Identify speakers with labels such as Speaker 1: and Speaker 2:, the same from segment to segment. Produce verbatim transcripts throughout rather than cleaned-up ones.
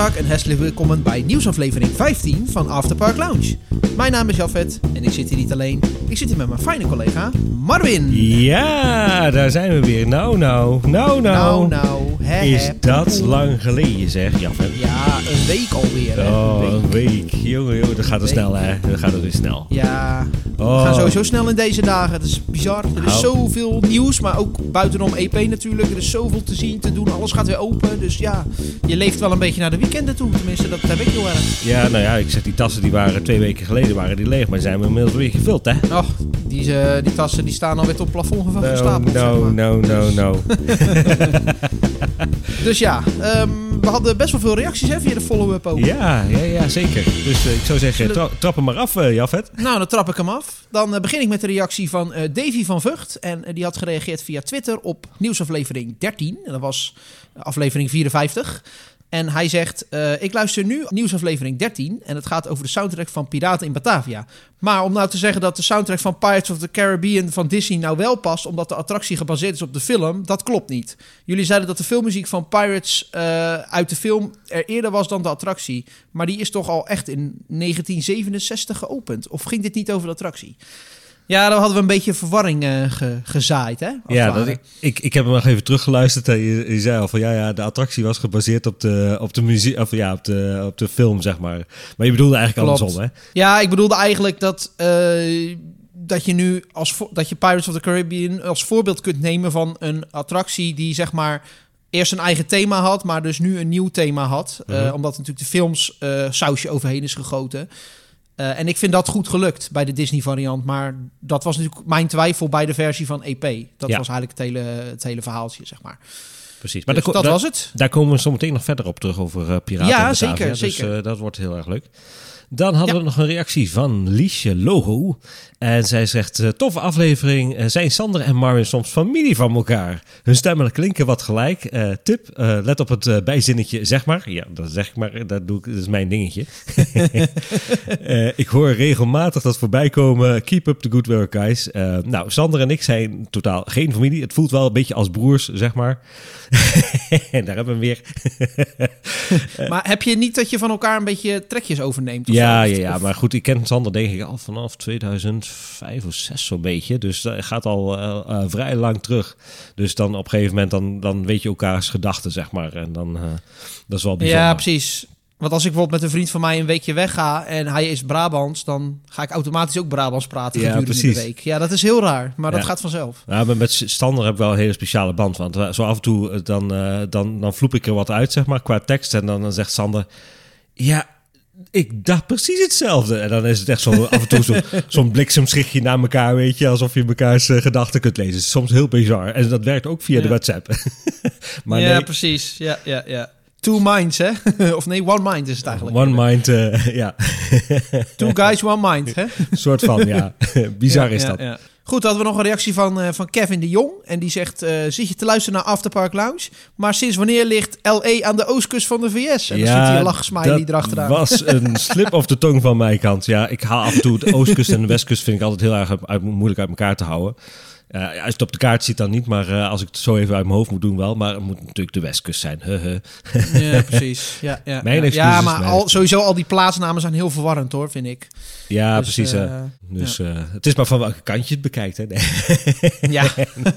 Speaker 1: Goedendag en hartelijk welkom bij nieuwsaflevering vijftien van After Park Lounge. Mijn naam is Jafet en ik zit hier niet alleen. Ik zit hier met mijn fijne collega Marvin.
Speaker 2: Ja, daar zijn we weer. Nou, nou, nou, nou.
Speaker 1: Nou, nou. He, he,
Speaker 2: is dat lang geleden, zeg Jafet?
Speaker 1: Ja, een week alweer. Hè?
Speaker 2: Oh,
Speaker 1: een week.
Speaker 2: een week. Jongen, jongen, dat gaat er snel, hè? Dat gaat er weer snel.
Speaker 1: Ja,
Speaker 2: Oh.
Speaker 1: we gaan sowieso snel in deze dagen. Het is bizar. Er is
Speaker 2: Oh.
Speaker 1: zoveel nieuws, maar ook buitenom E P natuurlijk. Er is zoveel te zien, te doen. Alles gaat weer open. Dus ja, je leeft wel een beetje naar de weekenden toe. Tenminste, dat heb ik heel erg.
Speaker 2: Ja, nou ja, ik zeg, die tassen die waren twee weken geleden waren die leeg, maar zijn we inmiddels weer gevuld, hè?
Speaker 1: Och, die, uh, die tassen die staan alweer tot het plafond
Speaker 2: No,
Speaker 1: gestapeld.
Speaker 2: no,
Speaker 1: zeg maar.
Speaker 2: no, no, no.
Speaker 1: Dus ja, um, we hadden best wel veel reacties hè, via de follow-up ook.
Speaker 2: Ja, ja, ja, zeker. Dus uh, ik zou zeggen, tra- trap hem maar af, uh, Jafet.
Speaker 1: Nou, dan trap ik hem af. Dan uh, begin ik met de reactie van uh, Davy van Vught. En uh, die had gereageerd via Twitter op nieuwsaflevering dertien. En dat was aflevering vierenvijftig. En hij zegt, uh, ik luister nu nieuwsaflevering dertien en het gaat over de soundtrack van Piraten in Batavia. Maar om nou te zeggen dat de soundtrack van Pirates of the Caribbean van Disney nou wel past, omdat de attractie gebaseerd is op de film, dat klopt niet. Jullie zeiden dat de filmmuziek van Pirates uh, uit de film er eerder was dan de attractie. Maar die is toch al echt in negentien zevenenzestig geopend? Of ging dit niet over de attractie? Ja, dan hadden we een beetje verwarring uh, ge, gezaaid, hè?
Speaker 2: Ja, dat, ik, ik, ik heb hem nog even teruggeluisterd. En je, je zei al van, ja, ja, de attractie was gebaseerd op de, op de muziek, of ja, op de, op de film, zeg maar. Maar je bedoelde eigenlijk
Speaker 1: Klopt.
Speaker 2: andersom, hè?
Speaker 1: Ja, ik bedoelde eigenlijk dat, uh, dat je nu als vo- dat je Pirates of the Caribbean als voorbeeld kunt nemen van een attractie die, zeg maar, eerst een eigen thema had, maar dus nu een nieuw thema had. Mm-hmm. Uh, omdat natuurlijk de films uh, sausje overheen is gegoten. Uh, en ik vind dat goed gelukt bij de Disney-variant. Maar dat was natuurlijk mijn twijfel bij de versie van E P. Dat
Speaker 2: ja.
Speaker 1: was eigenlijk het hele, het hele verhaaltje, zeg maar.
Speaker 2: Precies. Maar
Speaker 1: dus
Speaker 2: da-
Speaker 1: dat
Speaker 2: da-
Speaker 1: was het.
Speaker 2: Daar komen we zo meteen nog verder op terug over uh, Piraten
Speaker 1: Ja,
Speaker 2: in Batavia.
Speaker 1: zeker,
Speaker 2: Dus
Speaker 1: zeker.
Speaker 2: uh, dat wordt heel erg leuk. Dan hadden
Speaker 1: ja.
Speaker 2: we nog een reactie van Liesje Logo. En zij zegt, uh, toffe aflevering. Uh, zijn Sander en Marvin soms familie van elkaar? Hun stemmen klinken wat gelijk. Uh, tip, uh, let op het uh, bijzinnetje, zeg maar. Ja, dat zeg ik maar. Dat, doe ik, dat is mijn dingetje. uh, ik hoor regelmatig dat voorbij komen. Keep up the good work, guys. Uh, nou, Sander en ik zijn totaal geen familie. Het voelt wel een beetje als broers, zeg maar. En daar hebben we hem weer.
Speaker 1: Maar heb je niet dat je van elkaar een beetje trekjes overneemt? Of
Speaker 2: Ja,
Speaker 1: zo?
Speaker 2: ja, ja,
Speaker 1: Of...
Speaker 2: maar goed, ik ken Sander denk ik al vanaf tweeduizend vijf of zes zo'n beetje. Dus dat gaat al uh, uh, vrij lang terug. Dus dan op een gegeven moment, dan, dan weet je elkaars gedachten, zeg maar. En dan, uh, dat is wel bijzonder.
Speaker 1: Ja, precies. Want als ik bijvoorbeeld met een vriend van mij een weekje wegga en hij is Brabants, dan ga ik automatisch ook Brabants praten
Speaker 2: Ja,
Speaker 1: gedurende
Speaker 2: precies.
Speaker 1: de week. Ja, dat is heel raar, maar dat
Speaker 2: Ja.
Speaker 1: gaat vanzelf.
Speaker 2: Ja, maar met Sander heb ik wel een hele speciale band. Want uh, zo af en toe, uh, dan, uh, dan, dan vloep ik er wat uit, zeg maar, qua tekst. En dan, dan zegt Sander, ja, ik dacht precies hetzelfde. En dan is het echt zo af en toe zo, zo'n bliksemschichtje naar elkaar, weet je, alsof je mekaars uh, gedachten kunt lezen. Het is soms heel bizar. En dat werkt ook via
Speaker 1: Ja.
Speaker 2: de WhatsApp. Maar
Speaker 1: ja,
Speaker 2: nee,
Speaker 1: precies. Ja, ja, ja. Two minds, hè? Of nee, one mind is het eigenlijk.
Speaker 2: One mind, uh, ja.
Speaker 1: Two guys, one mind, hè?
Speaker 2: Een soort van, ja. Bizar
Speaker 1: ja,
Speaker 2: is
Speaker 1: ja,
Speaker 2: dat.
Speaker 1: Ja. Goed, hadden we nog een reactie van, uh, van Kevin de Jong. En die zegt, uh, zit je te luisteren naar Afterpark Lounge? Maar sinds wanneer ligt L A aan de oostkust van de V S? En dan zit hier een lachsmiley erachteraan.
Speaker 2: Dat was een slip of de tong van mijn kant. Ja, ik haal af en toe de oostkust en de westkust vind ik altijd heel erg uit, uit, moeilijk uit elkaar te houden. Uh, als je het op de kaart ziet dan niet, maar uh, als ik het zo even uit mijn hoofd moet doen wel. Maar het moet natuurlijk de westkust zijn.
Speaker 1: Ja, precies. Ja, ja,
Speaker 2: mijn
Speaker 1: ja.
Speaker 2: excuses.
Speaker 1: ja maar
Speaker 2: mijn
Speaker 1: al, sowieso al die plaatsnamen zijn heel verwarrend hoor, vind ik.
Speaker 2: Ja,
Speaker 1: dus,
Speaker 2: precies.
Speaker 1: Uh,
Speaker 2: uh, dus ja. uh, het is maar van welke kant je het bekijkt. Hè? Nee.
Speaker 1: Ja.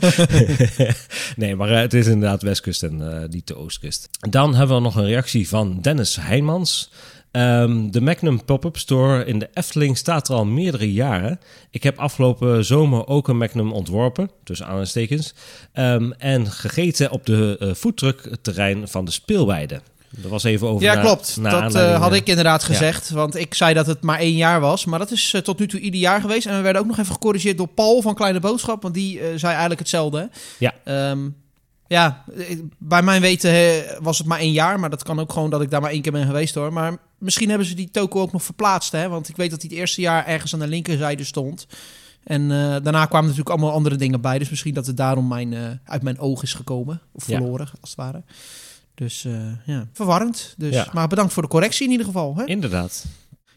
Speaker 2: Nee, maar uh, het is inderdaad westkust en uh, niet de oostkust. Dan hebben we nog een reactie van Dennis Heijmans. Um, de Magnum Pop-Up Store in de Efteling staat er al meerdere jaren. Ik heb afgelopen zomer ook een Magnum ontworpen, tussen aanhalingstekens, um, en gegeten op de uh, foodtruckterrein van de speelweide. Dat was even over.
Speaker 1: Ja,
Speaker 2: na,
Speaker 1: klopt.
Speaker 2: na
Speaker 1: dat uh, had ik inderdaad
Speaker 2: ja.
Speaker 1: gezegd. Want ik zei dat het maar één jaar was. Maar dat is uh, tot nu toe ieder jaar geweest. En we werden ook nog even gecorrigeerd door Paul van Kleine Boodschap. Want die uh, zei eigenlijk hetzelfde.
Speaker 2: Ja.
Speaker 1: Um, ja, bij mijn weten he, was het maar één jaar. Maar dat kan ook gewoon dat ik daar maar één keer ben geweest hoor. Maar misschien hebben ze die toko ook nog verplaatst. Hè? Want ik weet dat die het eerste jaar ergens aan de linkerzijde stond. En uh, daarna kwamen natuurlijk allemaal andere dingen bij. Dus misschien dat het daarom mijn, uh, uit mijn oog is gekomen. Of verloren, ja. als het ware. Dus uh, ja, verwarrend. Dus, ja. Maar bedankt voor de correctie in ieder geval. Hè?
Speaker 2: Inderdaad.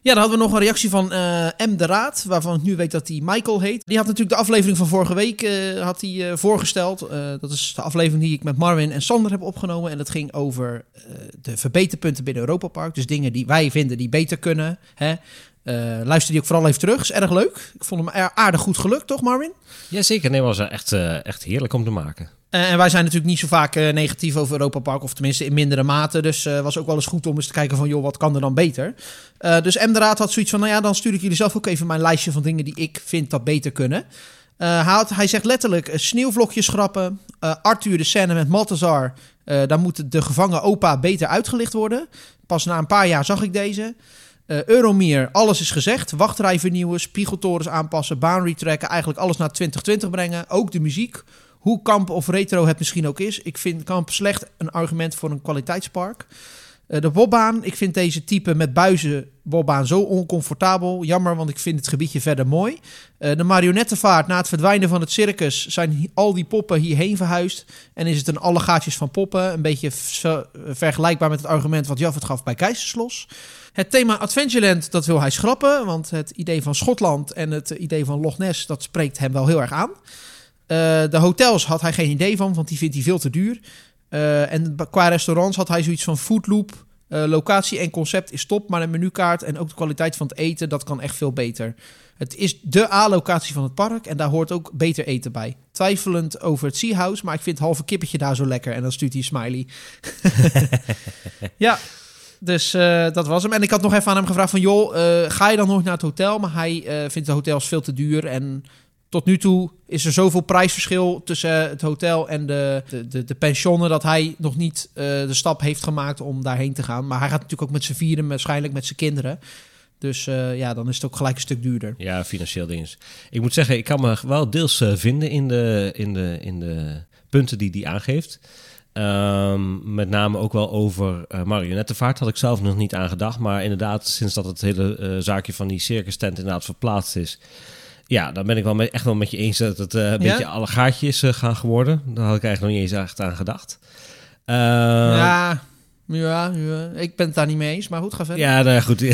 Speaker 1: Ja, dan hadden we nog een reactie van uh, M. de Raad, waarvan ik nu weet dat hij Michael heet. Die had natuurlijk de aflevering van vorige week uh, had hij, uh, voorgesteld. Uh, dat is de aflevering die ik met Marvin en Sander heb opgenomen. En dat ging over uh, de verbeterpunten binnen Europa Park. Dus dingen die wij vinden die beter kunnen. Hè? Uh, luister die ook vooral even terug. Is erg leuk. Ik vond hem aardig goed gelukt, toch Marvin?
Speaker 2: Jazeker, nee, was echt, uh, echt heerlijk om te maken.
Speaker 1: Uh, en wij zijn natuurlijk niet zo vaak uh, negatief over Europa Park, of tenminste in mindere mate. Dus het uh, was ook wel eens goed om eens te kijken van, joh, wat kan er dan beter? Uh, dus M. de Raad had zoiets van, nou ja, dan stuur ik jullie zelf ook even mijn lijstje van dingen die ik vind dat beter kunnen. Uh, hij, had, hij zegt letterlijk uh, sneeuwvlokjes schrappen. Uh, Arthur de scène met Maltazar. Uh, daar moet de gevangen opa beter uitgelicht worden. Pas na een paar jaar zag ik deze. Uh, Euromir, alles is gezegd. Wachtrij vernieuwen, spiegeltorens aanpassen, baan retrekken. Eigenlijk alles naar twintig twintig brengen. Ook de muziek. Hoe kamp of retro het misschien ook is. Ik vind kamp slecht een argument voor een kwaliteitspark. Uh, de bobbaan. Ik vind deze type met buizen bobbaan zo oncomfortabel. Jammer, want ik vind het gebiedje verder mooi. Uh, de marionettenvaart. Na het verdwijnen van het circus zijn al die poppen hierheen verhuisd. En is het een alle gaatjes van poppen. Een beetje v- vergelijkbaar met het argument wat Jaffert gaf bij Keizerslos. Het thema Adventureland, dat wil hij schrappen. Want het idee van Schotland en het idee van Loch Ness, dat spreekt hem wel heel erg aan. Uh, de hotels had hij geen idee van, want die vindt hij veel te duur. Uh, en qua restaurants had hij zoiets van Foodloop. Uh, locatie en concept is top, maar de menukaart en ook de kwaliteit van het eten, dat kan echt veel beter. Het is de A-locatie van het park en daar hoort ook beter eten bij. Twijfelend over het Sea House, maar ik vind het halve kippetje daar zo lekker. En dan stuurt hij een smiley. Ja, dus uh, dat was hem. En ik had nog even aan hem gevraagd van, joh, uh, ga je dan nog naar het hotel? Maar hij uh, vindt de hotels veel te duur en tot nu toe is er zoveel prijsverschil tussen het hotel en de, de, de, de pensionnen dat hij nog niet uh, de stap heeft gemaakt om daarheen te gaan. Maar hij gaat natuurlijk ook met z'n vieren, waarschijnlijk met zijn kinderen. Dus uh, ja, dan is het ook gelijk een stuk duurder.
Speaker 2: Ja, financieel ding. Ik moet zeggen, ik kan me wel deels uh, vinden in de, in, de, in de punten die hij aangeeft. Um, met name ook wel over uh, marionettenvaart had ik zelf nog niet aan gedacht. Maar inderdaad, sinds dat het hele uh, zaakje van die circus tent inderdaad verplaatst is, ja, dan ben ik wel met, echt wel met je eens dat het uh, een ja? beetje alle gaatjes uh, gaan geworden. Daar had ik eigenlijk nog niet eens echt aan gedacht. Uh,
Speaker 1: ja, ja, ja, ik ben het daar niet mee eens, maar goed, ga verder.
Speaker 2: Ja, nou goed. uh,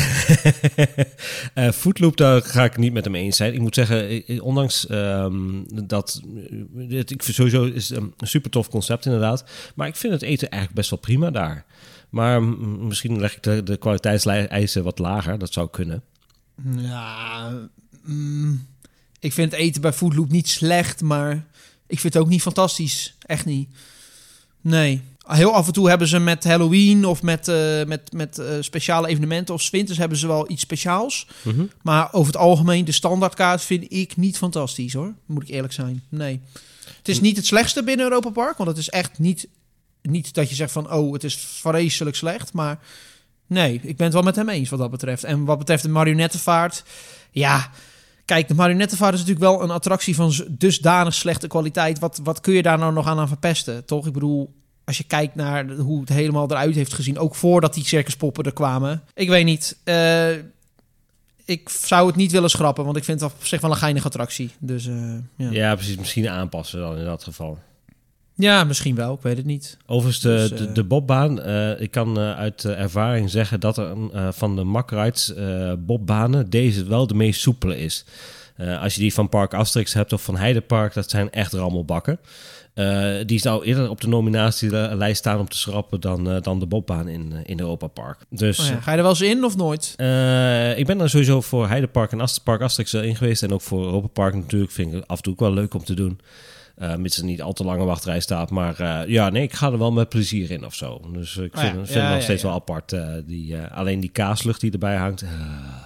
Speaker 2: Foodloop, daar ga ik niet met hem eens zijn. Ik moet zeggen, ondanks um, dat, het, ik vind sowieso is een super tof concept inderdaad. Maar ik vind het eten eigenlijk best wel prima daar. Maar m- misschien leg ik de, de kwaliteitseisen wat lager, dat zou kunnen.
Speaker 1: Ja, mm, ik vind het eten bij Foodloop niet slecht, maar ik vind het ook niet fantastisch. Echt niet. Nee. Heel af en toe hebben ze met Halloween of met, uh, met, met uh, speciale evenementen of 's winters hebben ze wel iets speciaals. Mm-hmm. Maar over het algemeen, de standaardkaart vind ik niet fantastisch hoor. Moet ik eerlijk zijn. Nee. Het is niet het slechtste binnen Europa Park, want het is echt niet, niet dat je zegt van oh, het is vreselijk slecht. Maar nee, ik ben het wel met hem eens wat dat betreft. En wat betreft de marionettenvaart, ja, kijk, de marionettenvaart is natuurlijk wel een attractie van dusdanig slechte kwaliteit. Wat, wat kun je daar nou nog aan, aan verpesten, toch? Ik bedoel, als je kijkt naar hoe het helemaal eruit heeft gezien, ook voordat die circuspoppen er kwamen. Ik weet niet. Uh, ik zou het niet willen schrappen, want ik vind het op zich wel een geinige attractie. Dus, uh, ja.
Speaker 2: ja, precies. Misschien aanpassen dan in dat geval.
Speaker 1: Ja, misschien wel. Ik weet het niet.
Speaker 2: Overigens, de,
Speaker 1: dus, uh...
Speaker 2: de, de bobbaan. Uh, ik kan uh, uit uh, ervaring zeggen dat er uh, van de Mack-rides uh, bobbanen deze wel de meest soepele is. Uh, als je die van Park Asterix hebt of van Heidepark, dat zijn echt rammelbakken. Uh, die zou eerder op de nominatielijst staan om te schrappen dan, uh, dan de bobbaan in, uh, in Europa Park. Dus,
Speaker 1: oh ja, ga je er wel eens in of nooit?
Speaker 2: Uh, ik ben er sowieso voor Heidepark en Ast- Park Asterix in geweest. En ook voor Europa Park natuurlijk. Vind ik af en toe ook wel leuk om te doen. Uh, mits er niet al te lange wachtrij staat. Maar uh, ja, nee, ik ga er wel met plezier in of zo. Dus ik vind, oh ja, vind ja, het nog ja, steeds ja. wel apart. Uh, die, uh, alleen die kaaslucht die erbij hangt. Uh,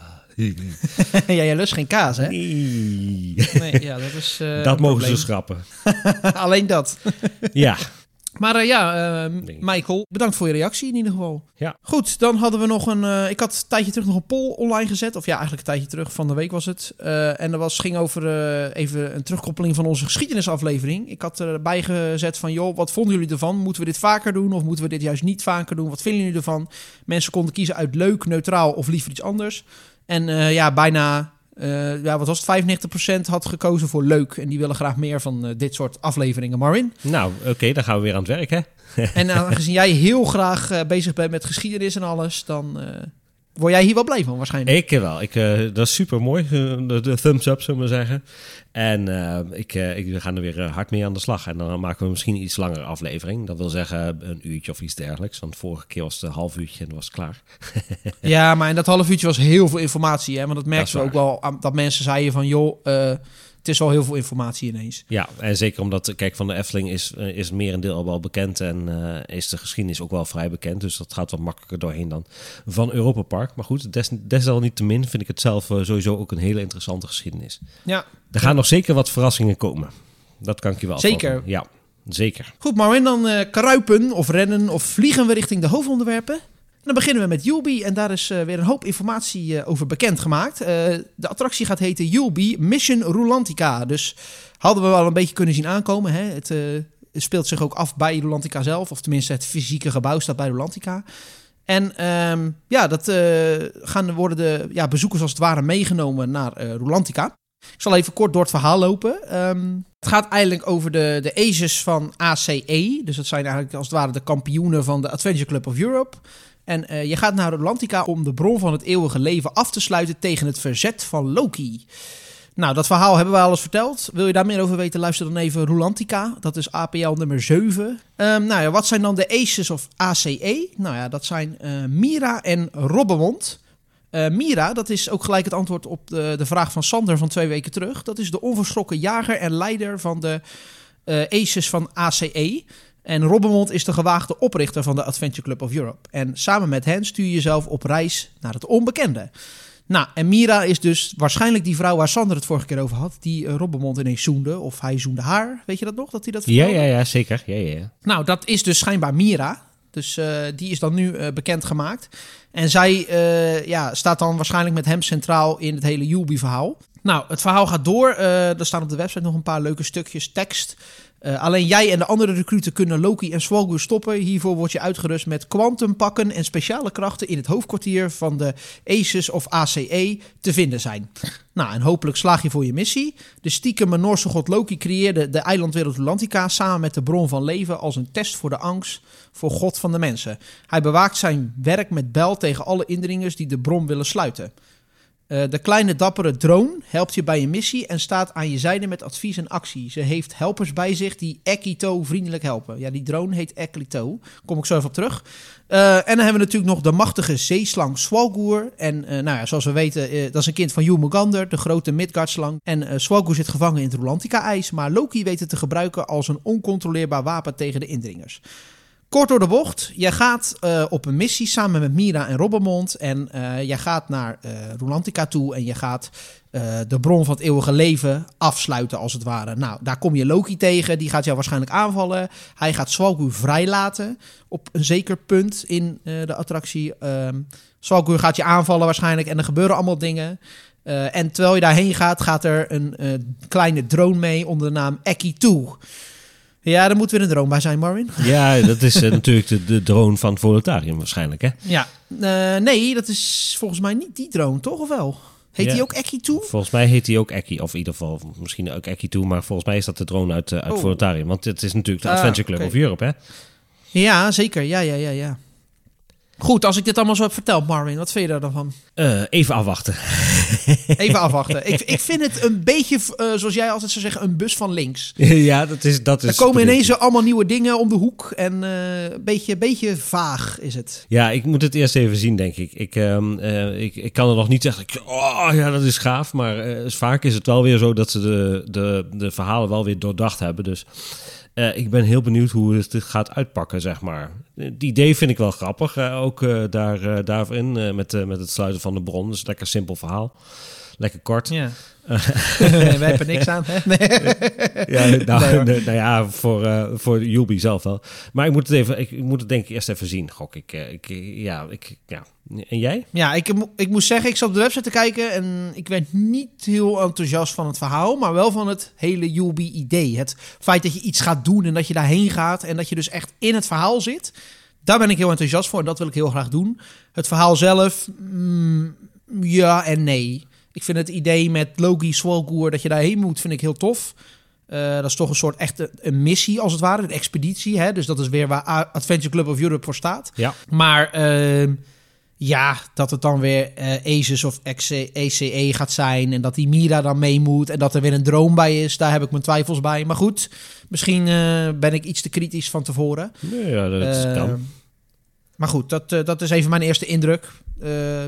Speaker 1: ja, jij lust geen kaas, hè?
Speaker 2: Nee.
Speaker 1: nee ja, dat is uh,
Speaker 2: dat mogen ze schrappen.
Speaker 1: Alleen dat.
Speaker 2: Ja.
Speaker 1: Maar uh, ja, uh, Michael, bedankt voor je reactie in ieder geval.
Speaker 2: Ja.
Speaker 1: Goed, dan hadden we nog een... Uh, ik had een tijdje terug nog een poll online gezet. Of ja, eigenlijk een tijdje terug, van de week was het. Uh, en dat was, ging over uh, even een terugkoppeling van onze geschiedenisaflevering. Ik had erbij gezet van, joh, wat vonden jullie ervan? Moeten we dit vaker doen of moeten we dit juist niet vaker doen? Wat vinden jullie ervan? Mensen konden kiezen uit leuk, neutraal of liever iets anders. En uh, ja, bijna... Uh, ja, wat was het? vijfennegentig procent had gekozen voor leuk. En die willen graag meer van uh, dit soort afleveringen. Marvin?
Speaker 2: Nou, oké, okay, dan gaan we weer aan het werk, hè?
Speaker 1: En aangezien jij heel graag uh, bezig bent met geschiedenis en alles, dan uh, word jij hier wel blij van waarschijnlijk.
Speaker 2: Ik wel. Ik, uh, dat is super mooi. Uh, de, de thumbs up, zullen we maar zeggen. En uh, ik, uh, ik, we gaan er weer uh, hard mee aan de slag. En dan maken we misschien een iets langere aflevering. Dat wil zeggen een uurtje of iets dergelijks. Want vorige keer was het een half uurtje en dan was het klaar.
Speaker 1: Ja, maar in dat half uurtje was heel veel informatie. Hè? Want dat merkten we ook wel aan, dat mensen zeiden van... joh, uh, het is al heel veel informatie ineens.
Speaker 2: Ja, en zeker omdat, kijk, van de Efteling is, uh, is het merendeel al wel bekend. En uh, is de geschiedenis ook wel vrij bekend. Dus dat gaat wat makkelijker doorheen dan van Europa Park. Maar goed, des, desalniettemin vind ik het zelf uh, sowieso ook een hele interessante geschiedenis.
Speaker 1: Ja.
Speaker 2: Er gaan nog zeker wat verrassingen komen. Dat kan ik je wel
Speaker 1: Zeker.
Speaker 2: Volgen. Ja, zeker.
Speaker 1: Goed, Marwin, dan uh, kruipen of rennen of vliegen we richting de hoofdonderwerpen. En dan beginnen we met Yulby en daar is uh, weer een hoop informatie uh, over bekendgemaakt. Uh, de attractie gaat heten Yulby Mission Rulantica. Dus hadden we wel een beetje kunnen zien aankomen. Hè? Het, uh, het speelt zich ook af bij Rulantica zelf. Of tenminste het fysieke gebouw staat bij Rulantica. En um, ja, dat uh, gaan worden de ja, bezoekers als het ware meegenomen naar uh, Rulantica. Ik zal even kort door het verhaal lopen. Um, het gaat eigenlijk over de, de aces van A C E. Dus dat zijn eigenlijk als het ware de kampioenen van de Adventure Club of Europe. En uh, je gaat naar Rulantica om de bron van het eeuwige leven af te sluiten tegen het verzet van Loki. Nou, dat verhaal hebben we al eens verteld. Wil je daar meer over weten, luister dan even Rulantica. Dat is A P L nummer zeven. Um, nou ja, wat zijn dan de aces of A C E? Nou ja, dat zijn uh, Mira en Robbemont. Uh, Mira, dat is ook gelijk het antwoord op de, de vraag van Sander van twee weken terug. Dat is de onverschrokken jager en leider van de uh, aces van A C E. En Robbemont is de gewaagde oprichter van de Adventure Club of Europe. En samen met hen stuur je jezelf op reis naar het onbekende. Nou, en Mira is dus waarschijnlijk die vrouw waar Sander het vorige keer over had, die uh, Robbemont ineens zoende, of hij zoende haar. Weet je dat nog, dat hij dat vertelde?
Speaker 2: Ja, ja, ja, zeker. Ja, ja, ja.
Speaker 1: Nou, dat is dus schijnbaar Mira. Dus uh, die is dan nu uh, bekendgemaakt. En zij uh, ja, staat dan waarschijnlijk met hem centraal in het hele Yulby-verhaal. Nou, het verhaal gaat door. Uh, er staan op de website nog een paar leuke stukjes tekst. Uh, alleen jij en de andere recruten kunnen Loki en Swalgur stoppen. Hiervoor word je uitgerust met quantumpakken en speciale krachten in het hoofdkwartier van de Aces of A C E te vinden zijn. Nou, en hopelijk slaag je voor je missie. De stiekeme Noorse god Loki creëerde de eilandwereld Rulantica samen met de bron van leven als een test voor de angst voor god van de mensen. Hij bewaakt zijn werk met Bel tegen alle indringers die de bron willen sluiten. Uh, de kleine dappere drone helpt je bij je missie en staat aan je zijde met advies en actie. Ze heeft helpers bij zich die Ekito vriendelijk helpen. Ja, die drone heet Ekito. Kom ik zo even op terug. Uh, en dan hebben we natuurlijk nog de machtige zeeslang Swalgur. En uh, nou ja, zoals we weten, uh, dat is een kind van Jormungandr, de grote Midgard-slang. En uh, Swalgur zit gevangen in het Rulantica-ijs, maar Loki weet het te gebruiken als een oncontroleerbaar wapen tegen de indringers. Kort door de bocht, jij gaat uh, op een missie samen met Mira en Robbemont en uh, jij gaat naar uh, Rulantica toe en je gaat uh, de bron van het eeuwige leven afsluiten als het ware. Nou, daar kom je Loki tegen, die gaat jou waarschijnlijk aanvallen. Hij gaat Swalgur vrijlaten op een zeker punt in uh, de attractie. Uh, Swalgur gaat je aanvallen waarschijnlijk en er gebeuren allemaal dingen. Uh, en terwijl je daarheen gaat, gaat er een uh, kleine drone mee onder de naam Eki twee. Ja, daar moet weer een drone bij zijn, Marvin.
Speaker 2: Ja, dat is uh, natuurlijk de, de drone van het Voluntarium waarschijnlijk, hè?
Speaker 1: Ja, uh, nee, dat is volgens mij niet die drone, toch? Of wel? Heet
Speaker 2: ja.
Speaker 1: die ook Eki twee?
Speaker 2: Volgens mij heet die ook Eki, of in ieder geval misschien ook Eki twee, maar volgens mij is dat de drone uit, uh, uit oh. Voluntarium. Want het is natuurlijk de Adventure Club ah, okay. of Europe, hè?
Speaker 1: Ja, zeker. Ja, ja, ja, ja. Goed, als ik dit allemaal zo heb verteld, Marvin, wat vind je daar dan van?
Speaker 2: Uh, even afwachten.
Speaker 1: Even afwachten. ik, ik vind het een beetje, uh, zoals jij altijd zou zeggen, een bus van links.
Speaker 2: Ja, dat is... Dat is
Speaker 1: er komen ineens zo allemaal nieuwe dingen om de hoek. En uh, een beetje, beetje vaag is het.
Speaker 2: Ja, ik moet het eerst even zien, denk ik. Ik, um, uh, ik, ik kan er nog niet zeggen, oh ja, dat is gaaf. Maar uh, vaak is het wel weer zo dat ze de, de, de verhalen wel weer doordacht hebben. Dus... Uh, ik ben heel benieuwd hoe het gaat uitpakken, zeg maar. Het idee vind ik wel grappig, uh, ook uh, daar, uh, daarin, uh, met, uh, met het sluiten van de bron. Dus lekker simpel verhaal. Lekker kort.
Speaker 1: Ja. Wij hebben niks aan, hè? Nee.
Speaker 2: Ja, nou, nee, nee, nou ja, voor, uh, voor Yulby zelf wel. Maar ik moet het even, ik, ik moet het denk ik eerst even zien, gok ik. ik ja, ik, ja. En jij?
Speaker 1: Ja, ik, ik moest zeggen, ik zat op de website te kijken en ik werd niet heel enthousiast van het verhaal, maar wel van het hele Yulby-idee. Het feit dat je iets gaat doen en dat je daarheen gaat en dat je dus echt in het verhaal zit. Daar ben ik heel enthousiast voor en dat wil ik heel graag doen. Het verhaal zelf, mm, ja en nee. Ik vind het idee met Loki, Swalgur, dat je daarheen moet, vind ik heel tof. Uh, dat is toch een soort echte een missie, als het ware. Een expeditie, hè? Dus dat is weer waar Adventure Club of Europe voor staat.
Speaker 2: Ja.
Speaker 1: Maar uh, Ja, dat het dan weer uh, Asus of E C E gaat zijn en dat die Mira dan mee moet en dat er weer een drone bij is, daar heb ik mijn twijfels bij. Maar goed, misschien uh, ben ik iets te kritisch van tevoren.
Speaker 2: Nee, ja, dat uh, kan.
Speaker 1: Maar goed, dat, uh, dat is even mijn eerste indruk. Uh,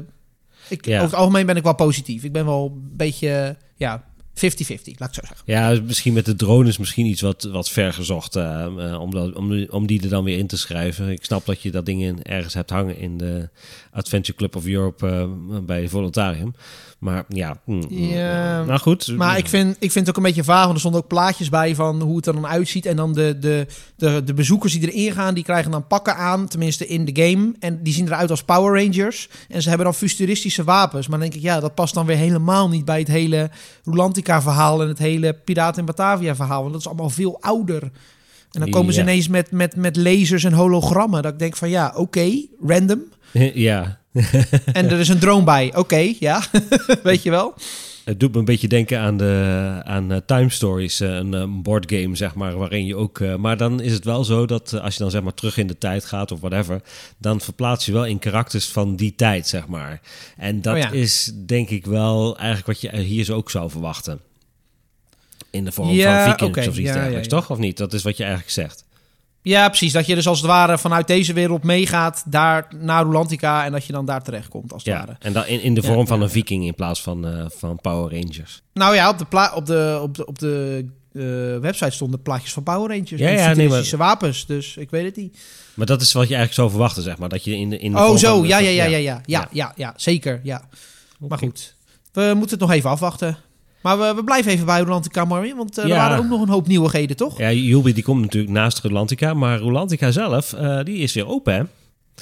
Speaker 1: ik, ja. Over het algemeen ben ik wel positief. Ik ben wel een beetje, ja, vijftig vijftig, laat ik zo zeggen.
Speaker 2: Ja, misschien met de drone is misschien iets wat, wat ver gezocht uh, uh, om, dat, om, om die er dan weer in te schrijven. Ik snap dat je dat ding in, ergens hebt hangen in de Adventure Club of Europe uh, bij Voluntarium. Maar ja, mm,
Speaker 1: ja
Speaker 2: nou goed.
Speaker 1: Maar ik vind, ik vind het ook een beetje vaag, want er stonden ook plaatjes bij van hoe het er dan uitziet. En dan de, de, de, de bezoekers die erin gaan, die krijgen dan pakken aan, tenminste in de game. En die zien eruit als Power Rangers. En ze hebben dan futuristische wapens. Maar dan denk ik, ja, dat past dan weer helemaal niet bij het hele Rulantica-verhaal en het hele Piraten in Batavia-verhaal. Want dat is allemaal veel ouder. En dan komen ja. ze ineens met, met, met lasers en hologrammen. Dat ik denk van, ja, oké, okay, random.
Speaker 2: Ja.
Speaker 1: En er is een drone bij. Oké, okay, ja. Weet je wel.
Speaker 2: Het doet me een beetje denken aan de aan uh, Time Stories, uh, een uh, boardgame, zeg maar, waarin je ook... Uh, maar dan is het wel zo dat uh, als je dan zeg maar terug in de tijd gaat of whatever, dan verplaats je wel in karakters van die tijd, zeg maar. En dat oh ja. is denk ik wel eigenlijk wat je hier zo ook zou verwachten. In de vorm
Speaker 1: ja,
Speaker 2: van Vikings
Speaker 1: okay.
Speaker 2: of iets
Speaker 1: ja,
Speaker 2: dergelijks,
Speaker 1: ja, ja.
Speaker 2: toch? Of niet? Dat is wat je eigenlijk zegt.
Speaker 1: Ja, precies. Dat je dus als het ware vanuit deze wereld meegaat daar naar Rulantica en dat je dan daar terechtkomt als het
Speaker 2: ja,
Speaker 1: ware.
Speaker 2: En dan in, in de vorm
Speaker 1: ja,
Speaker 2: van
Speaker 1: ja,
Speaker 2: een viking in plaats van, uh, van Power Rangers.
Speaker 1: Nou ja, op de, pla- op de, op de, op de uh, website stonden plaatjes van Power Rangers
Speaker 2: ja,
Speaker 1: en
Speaker 2: ja,
Speaker 1: futuristische
Speaker 2: nee, maar...
Speaker 1: wapens, dus ik weet het niet.
Speaker 2: Maar dat is wat je eigenlijk zou verwachten, zeg maar. Dat je in de, in de
Speaker 1: oh, zo.
Speaker 2: Van,
Speaker 1: ja, ja, ja, ja, ja, ja, ja, ja, zeker, ja. Okay. Maar goed, we moeten het nog even afwachten. Maar we, we blijven even bij Rulantica, Marvin, want uh, ja. er waren ook nog een hoop nieuwigheden, toch?
Speaker 2: Ja, Julbi die komt natuurlijk naast Rulantica, maar Rulantica zelf, uh, die is weer open, hè?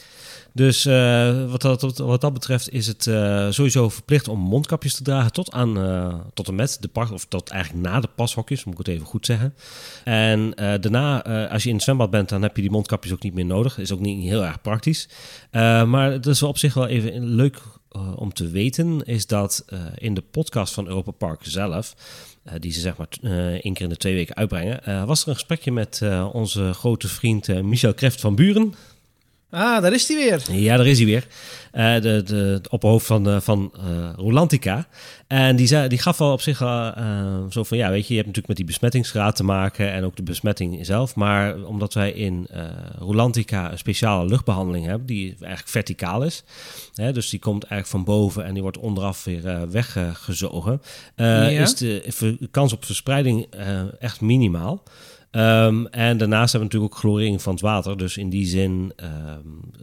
Speaker 2: Dus uh, wat, dat, wat dat betreft is het uh, sowieso verplicht om mondkapjes te dragen tot, aan, uh, tot en met de pas, of tot eigenlijk na de pashokjes, moet ik het even goed zeggen. En uh, daarna, uh, als je in het zwembad bent, dan heb je die mondkapjes ook niet meer nodig. Is ook niet heel erg praktisch. Uh, maar dat is wel op zich wel even leuk uh, om te weten, is dat uh, in de podcast van Europa Park zelf, Uh, die ze zeg maar uh, één keer in de twee weken uitbrengen, uh, was er een gesprekje met uh, onze grote vriend uh, Michel Kreft van Buren.
Speaker 1: Ah, daar is hij weer.
Speaker 2: Ja, daar is hij weer. Uh, de, de, het opperhoofd van, uh, van uh, Rulantica. En die, zei, die gaf wel op zich uh, uh, zo van, ja, weet je, je hebt natuurlijk met die besmettingsgraad te maken en ook de besmetting zelf. Maar omdat wij in uh, Rulantica een speciale luchtbehandeling hebben, die eigenlijk verticaal is. Hè, dus die komt eigenlijk van boven en die wordt onderaf weer uh, weggezogen. Uh, ja. Is de kans op verspreiding uh, echt minimaal. Um, en daarnaast hebben we natuurlijk ook chlorering van het water. Dus in die zin um,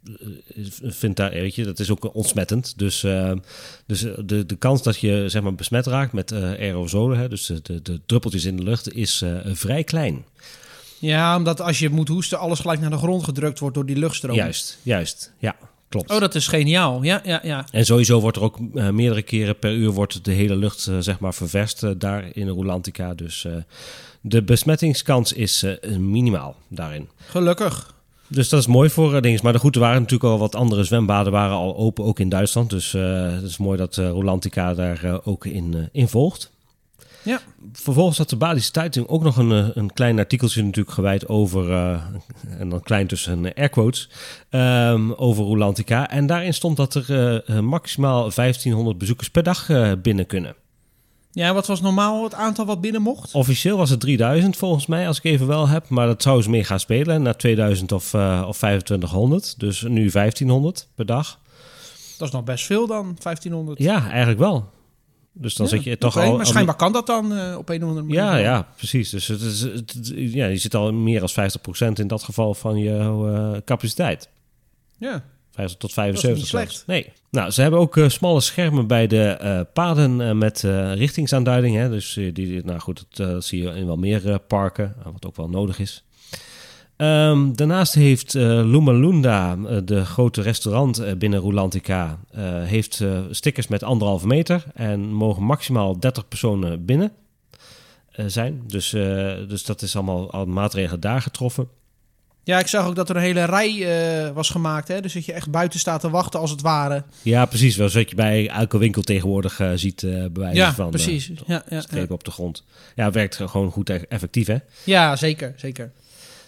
Speaker 2: vindt daar, weet je, dat is ook ontsmettend. Dus, uh, dus de, de kans dat je zeg maar besmet raakt met uh, aerosolen, hè, dus de, de, de druppeltjes in de lucht, is uh, vrij klein.
Speaker 1: Ja, omdat als je moet hoesten, alles gelijk naar de grond gedrukt wordt door die luchtstroom.
Speaker 2: Juist, juist, ja. Klopt.
Speaker 1: Oh, dat is geniaal. Ja, ja, ja.
Speaker 2: En sowieso wordt er ook uh, meerdere keren per uur wordt de hele lucht uh, zeg maar ververst uh, daar in Rulantica. Dus uh, de besmettingskans is uh, minimaal daarin.
Speaker 1: Gelukkig.
Speaker 2: Dus dat is mooi voor uh, dingen. Maar goed, er waren natuurlijk al wat andere zwembaden waren al open, ook in Duitsland. Dus uh, het is mooi dat uh, Rulantica daar uh, ook in, uh, in volgt.
Speaker 1: Ja.
Speaker 2: Vervolgens had de Badische Zeitung ook nog een, een klein artikeltje natuurlijk gewijd over, uh, en dan klein tussen airquotes, um, over Rulantica. En daarin stond dat er uh, maximaal vijftienhonderd bezoekers per dag uh, binnen kunnen.
Speaker 1: Ja, wat was normaal het aantal wat binnen mocht?
Speaker 2: Officieel was het drieduizend volgens mij, als ik even wel heb. Maar dat zou eens meer gaan spelen, naar tweeduizend of, uh, of vijfentwintighonderd. Dus nu vijftienhonderd per dag.
Speaker 1: Dat is nog best veel dan, vijftienhonderd.
Speaker 2: Ja, eigenlijk wel. Dus dan ja, zit je toch okay, al...
Speaker 1: Maar schijnbaar kan dat dan uh, op een of andere manier.
Speaker 2: Ja, ja, precies. Dus het is, het, het, ja, je zit al meer dan vijftig procent in dat geval van je uh, capaciteit.
Speaker 1: Ja.
Speaker 2: vijftig tot vijfenzeventig.
Speaker 1: Dat is niet slecht.
Speaker 2: Nee. Nou, ze hebben ook uh, smalle schermen bij de uh, paden uh, met uh, richtingsaanduiding. Hè? Dus uh, die, nou goed, dat uh, zie je in wel meer uh, parken, uh, wat ook wel nodig is. Um, daarnaast heeft uh, Lumalunda, uh, de grote restaurant uh, binnen Rulantica, uh, heeft uh, stickers met anderhalve meter en mogen maximaal dertig personen binnen uh, zijn. Dus, uh, dus dat is allemaal al maatregelen daar getroffen.
Speaker 1: Ja, ik zag ook dat er een hele rij uh, was gemaakt. Hè? Dus dat je echt buiten staat te wachten als het ware.
Speaker 2: Ja, precies. Wel zoals je bij elke winkel tegenwoordig uh, ziet uh, bij wijze
Speaker 1: ja,
Speaker 2: van
Speaker 1: precies.
Speaker 2: Uh,
Speaker 1: ja, ja,
Speaker 2: strepen
Speaker 1: ja.
Speaker 2: op de grond. Ja, het werkt gewoon goed effectief, hè?
Speaker 1: Ja, zeker, zeker.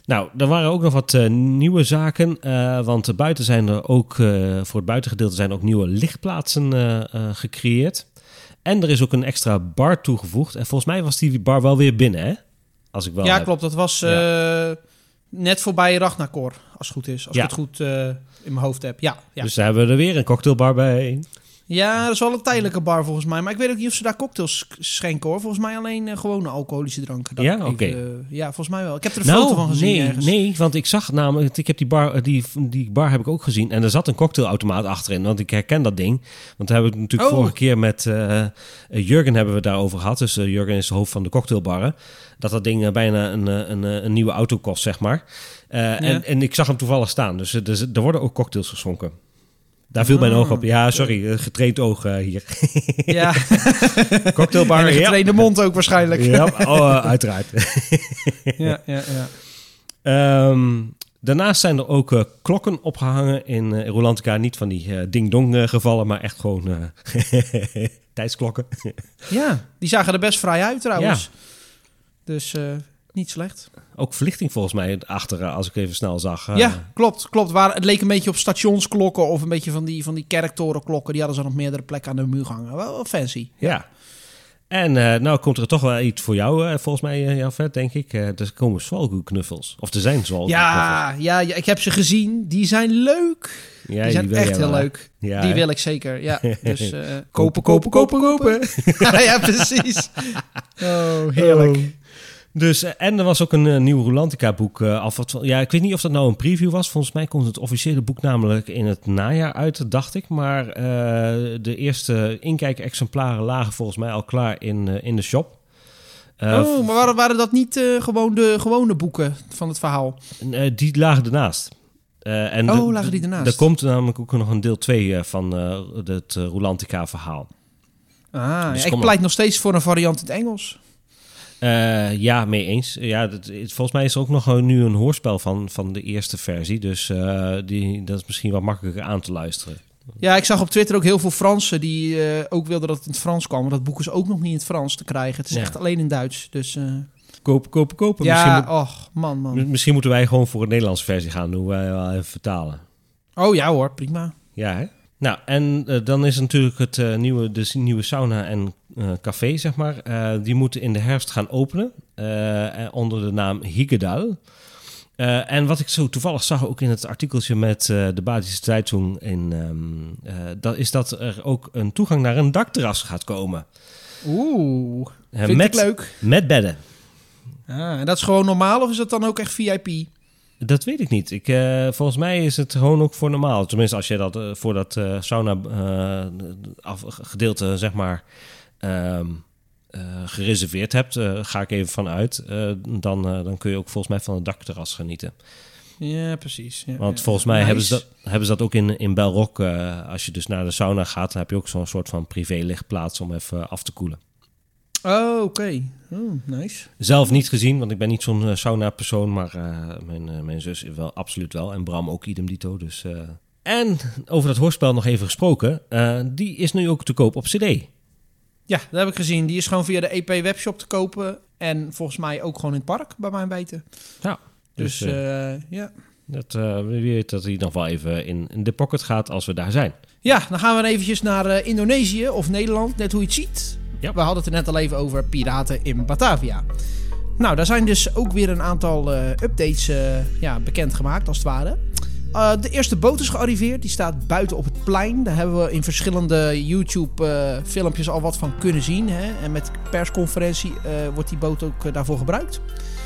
Speaker 2: Nou, er waren ook nog wat uh, nieuwe zaken. Uh, want buiten zijn er ook, uh, voor het buitengedeelte zijn er ook nieuwe lichtplaatsen uh, uh, gecreëerd. En er is ook een extra bar toegevoegd. En volgens mij was die bar wel weer binnen, hè? Als ik wel
Speaker 1: ja,
Speaker 2: heb.
Speaker 1: klopt. Dat was uh, ja. net voorbij Ragnarkor, als het goed is. Als ja. ik het goed uh, in mijn hoofd heb. Ja, ja.
Speaker 2: Dus daar hebben we er weer een cocktailbar bij.
Speaker 1: Ja, dat is wel een tijdelijke bar volgens mij. Maar ik weet ook niet of ze daar cocktails schenken, hoor. Volgens mij alleen uh, gewone alcoholische dranken.
Speaker 2: Ja, oké. Okay.
Speaker 1: Uh, ja, volgens mij wel. Ik heb er een
Speaker 2: nou,
Speaker 1: foto van gezien
Speaker 2: nee,
Speaker 1: ergens.
Speaker 2: Nee, want ik zag namelijk... Ik heb die bar, die, die bar heb ik ook gezien. En er zat een cocktailautomaat achterin. Want ik herken dat ding. Want daar hebben we het natuurlijk oh. vorige keer met uh, Jurgen hebben we daarover gehad. Dus uh, Jurgen is de hoofd van de cocktailbarren. Dat dat ding uh, bijna een, een, een, een nieuwe auto kost, zeg maar. Uh, ja. en, en ik zag hem toevallig staan. Dus uh, er, er worden ook cocktails geschonken. Daar viel oh, mijn oog op. Ja, sorry. Getraind oog uh, hier.
Speaker 1: Ja.
Speaker 2: Cocktailbar.
Speaker 1: En een getrainde ja. mond ook waarschijnlijk.
Speaker 2: Ja, oh, uh, uiteraard.
Speaker 1: ja, ja, ja.
Speaker 2: Um, daarnaast zijn er ook uh, klokken opgehangen in uh, Rulantica. Niet van die uh, ding-dong uh, gevallen, maar echt gewoon uh, tijdsklokken.
Speaker 1: Ja, die zagen er best vrij uit trouwens. Ja. Dus... Uh, niet slecht.
Speaker 2: Ook verlichting volgens mij achter, als ik even snel zag. Uh...
Speaker 1: Ja, klopt. klopt. Waar, het leek een beetje op stationsklokken of een beetje van die, van die kerktorenklokken. Die hadden ze op meerdere plekken aan de muur hangen. Wel, wel fancy.
Speaker 2: Ja. ja. En uh, nou komt er toch wel iets voor jou, uh, volgens mij, uh, Javed, denk ik. Uh, er komen zwalgoedknuffels. Of er zijn zwalgoedknuffels.
Speaker 1: Ja, ja, ja, ik heb ze gezien. Die zijn leuk. Ja, die zijn die echt heel leuk. Ja, die hè? wil ik zeker. Ja, dus uh, kopen, kopen, kopen, kopen. kopen. Ja, precies. Oh, heerlijk. Oh.
Speaker 2: Dus, en er was ook een uh, nieuw Rulantica-boek. Uh, af wat, ja, ik weet niet of dat nou een preview was. Volgens mij komt het officiële boek namelijk in het najaar uit, dacht ik. Maar uh, de eerste inkijk-exemplaren lagen volgens mij al klaar in, uh, in de shop.
Speaker 1: Uh, oh, maar waren, waren dat niet uh, gewoon de gewone boeken van het verhaal?
Speaker 2: Uh, die lagen ernaast. Uh, en
Speaker 1: oh,
Speaker 2: de,
Speaker 1: lagen die ernaast?
Speaker 2: Er komt namelijk ook nog een deel twee uh, van uh, het uh, Rulantica-verhaal.
Speaker 1: Ah, dus ja, ik pleit maar. nog steeds voor een variant in het Engels.
Speaker 2: Uh, ja, mee eens. Ja, dat, volgens mij is er ook nog nu een hoorspel van, van de eerste versie. Dus uh, die, dat is misschien wat makkelijker aan te luisteren.
Speaker 1: Ja, ik zag op Twitter ook heel veel Fransen die uh, ook wilden dat het in het Frans kwam. Maar dat boek is ook nog niet in het Frans te krijgen. Het is ja. echt alleen in Duits. Dus, uh...
Speaker 2: Kopen, kopen, kopen.
Speaker 1: Ja,
Speaker 2: misschien moet,
Speaker 1: och, man, man.
Speaker 2: Misschien moeten wij gewoon voor een Nederlandse versie gaan. Doen wij wel even vertalen.
Speaker 1: Oh ja hoor, prima.
Speaker 2: Ja, hè? Nou, en uh, dan is natuurlijk het uh, nieuwe, de nieuwe sauna en uh, café, zeg maar. Uh, die moeten in de herfst gaan openen. Uh, onder de naam Higedal. Uh, en wat ik zo toevallig zag, ook in het artikeltje met uh, de Badische Zeitung, in, um, uh, dat is dat er ook een toegang naar een dakterras gaat komen.
Speaker 1: Oeh,
Speaker 2: uh,
Speaker 1: vind
Speaker 2: met,
Speaker 1: ik leuk.
Speaker 2: Met bedden.
Speaker 1: Ah, en dat is gewoon normaal of is dat dan ook echt V I P?
Speaker 2: Dat weet ik niet. Ik, uh, volgens mij is het gewoon ook voor normaal. Tenminste, als je dat uh, voor dat uh, sauna uh, af, gedeelte, zeg maar, uh, uh, gereserveerd hebt, uh, ga ik even vanuit. Uh, dan, uh, dan kun je ook volgens mij van het dakterras genieten.
Speaker 1: Ja, precies. Ja,
Speaker 2: Want
Speaker 1: ja.
Speaker 2: volgens mij
Speaker 1: nice.
Speaker 2: hebben, ze dat, hebben ze dat ook in, in Belrock. Uh, als je dus naar de sauna gaat, dan heb je ook zo'n soort van privé-lichtplaats om even af te koelen.
Speaker 1: Oh, oké. Okay. Oh, nice.
Speaker 2: Zelf niet gezien, want ik ben niet zo'n uh, sauna-persoon, maar uh, mijn, uh, mijn zus wel, absoluut wel. En Bram ook idem dito. Dus, uh... En over dat hoorspel nog even gesproken. Uh, die is nu ook te koop op cd.
Speaker 1: Ja, dat heb ik gezien. Die is gewoon via de E P-webshop te kopen. En volgens mij ook gewoon in het park, bij mijn weten.
Speaker 2: Ja.
Speaker 1: Dus, dus uh, uh, ja.
Speaker 2: Dat, uh, wie weet dat hij nog wel even in, in de pocket gaat als we daar zijn.
Speaker 1: Ja, dan gaan we eventjes naar uh, Indonesië of Nederland, net hoe je het ziet. Ja. We hadden het er net al even over piraten in Batavia. Nou, daar zijn dus ook weer een aantal uh, updates uh, ja, bekendgemaakt, als het ware. Uh, de eerste boot is gearriveerd. Die staat buiten op het plein. Daar hebben we in verschillende YouTube-filmpjes uh, al wat van kunnen zien. Hè? En met de persconferentie uh, wordt die boot ook uh, daarvoor gebruikt.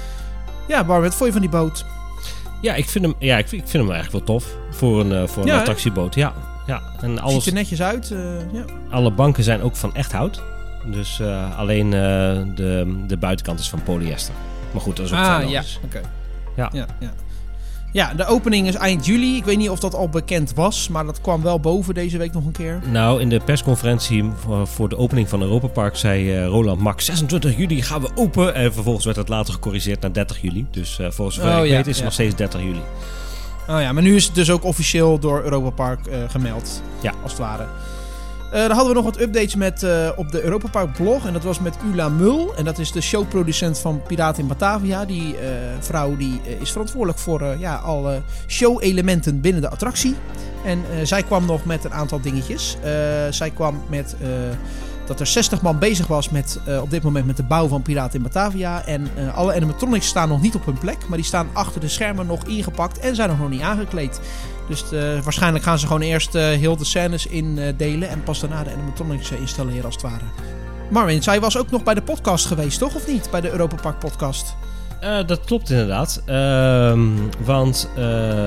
Speaker 1: Ja, Bar, wat vond je van die boot?
Speaker 2: Ja, ik vind hem, ja, ik vind, ik vind hem eigenlijk wel tof voor een, uh, voor een ja, attractieboot. Ja, ja. En alles,
Speaker 1: ziet er netjes uit. Uh, ja.
Speaker 2: Alle banken zijn ook van echt hout. Dus uh, alleen uh, de, de buitenkant is van polyester. Maar goed, dat is ook
Speaker 1: ah,
Speaker 2: veel
Speaker 1: ja,
Speaker 2: oké.
Speaker 1: Okay.
Speaker 2: Ja.
Speaker 1: Ja, ja. Ja, de opening is eind juli. Ik weet niet of dat al bekend was, maar dat kwam wel boven deze week nog een keer.
Speaker 2: Nou, in de persconferentie voor de opening van Europa Park zei uh, Roland Max, zesentwintig juli gaan we open. En vervolgens werd het later gecorrigeerd naar dertig juli. Dus uh, volgens mij oh, ja, weet is het ja. nog steeds dertig juli.
Speaker 1: Oh ja, maar nu is het dus ook officieel door Europa Park uh, gemeld.
Speaker 2: Ja.
Speaker 1: Als het ware. dan hadden we nog wat updates met, uh, op de Europa Park blog. En dat was met Ula Mul. En dat is de showproducent van Piraten in Batavia. Die uh, vrouw die, uh, is verantwoordelijk voor uh, ja, alle show-elementen binnen de attractie. En uh, zij kwam nog met een aantal dingetjes. Uh, zij kwam met... Uh, dat er zestig man bezig was met, uh, op dit moment met de bouw van Piraten in Batavia. En uh, alle animatronics staan nog niet op hun plek. Maar die staan achter de schermen nog ingepakt en zijn nog niet aangekleed. Dus uh, waarschijnlijk gaan ze gewoon eerst uh, heel de scènes indelen. Uh, en pas daarna de animatronics uh, installeren als het ware. Marvin, zij was ook nog bij de podcast geweest, toch? Of niet? Bij de Europa Park podcast.
Speaker 2: Uh, dat klopt inderdaad. Uh, want uh,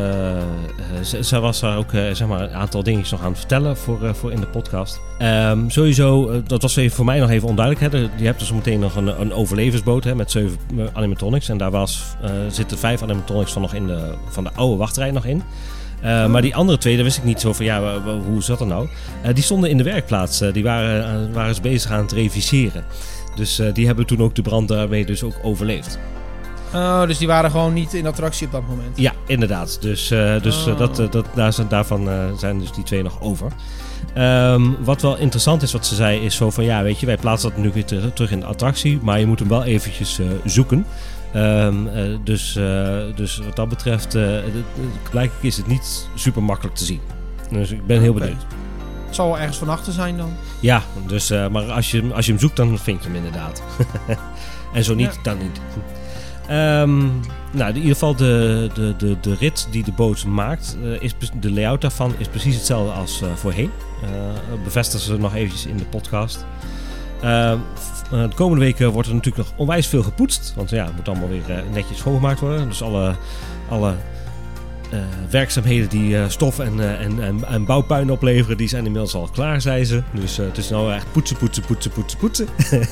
Speaker 2: ze, ze was daar ook uh, zeg maar een aantal dingetjes nog aan het vertellen voor, uh, voor in de podcast. Um, sowieso, uh, dat was even voor mij nog even onduidelijk. Hè. Je hebt dus meteen nog een, een overleversboot hè, met zeven animatronics. En daar was, uh, zitten vijf animatronics van, nog in de, van de oude wachtrij nog in. Uh, oh. Maar die andere twee, daar wist ik niet zo van, ja, hoe zat dat nou? Uh, die stonden in de werkplaats. Uh, die waren, uh, waren ze bezig aan het reviseren. Dus uh, die hebben toen ook de brand daarmee dus ook overleefd.
Speaker 1: Oh, dus die waren gewoon niet in attractie op dat moment?
Speaker 2: Ja, inderdaad. Dus, uh, dus oh. dat, dat, daar zijn, daarvan uh, zijn dus die twee nog over. Um, wat wel interessant is wat ze zei, is zo van, ja, weet je, wij plaatsen dat nu weer ter, terug in de attractie, maar je moet hem wel eventjes uh, zoeken. Um, uh, dus, uh, dus wat dat betreft, uh, blijkbaar is het niet super makkelijk te zien. Dus ik ben heel okay. benieuwd.
Speaker 1: Het zal wel ergens van achter zijn dan?
Speaker 2: Ja, dus, uh, maar als je, als je hem zoekt, dan vind je hem inderdaad. En zo niet, ja. dan niet. Um, nou, in ieder geval de, de, de, de rit die de boot maakt, uh, is, de layout daarvan is precies hetzelfde als uh, voorheen. Uh, bevestigen ze nog eventjes in de podcast. Uh, de komende weken wordt er natuurlijk nog onwijs veel gepoetst. Want ja, het moet allemaal weer uh, netjes schoongemaakt worden. Dus alle, alle uh, werkzaamheden die uh, stof en, uh, en, en, en bouwpuin opleveren, die zijn inmiddels al klaar, zei ze. Dus uh, het is nou echt poetsen, poetsen, poetsen, poetsen, poetsen.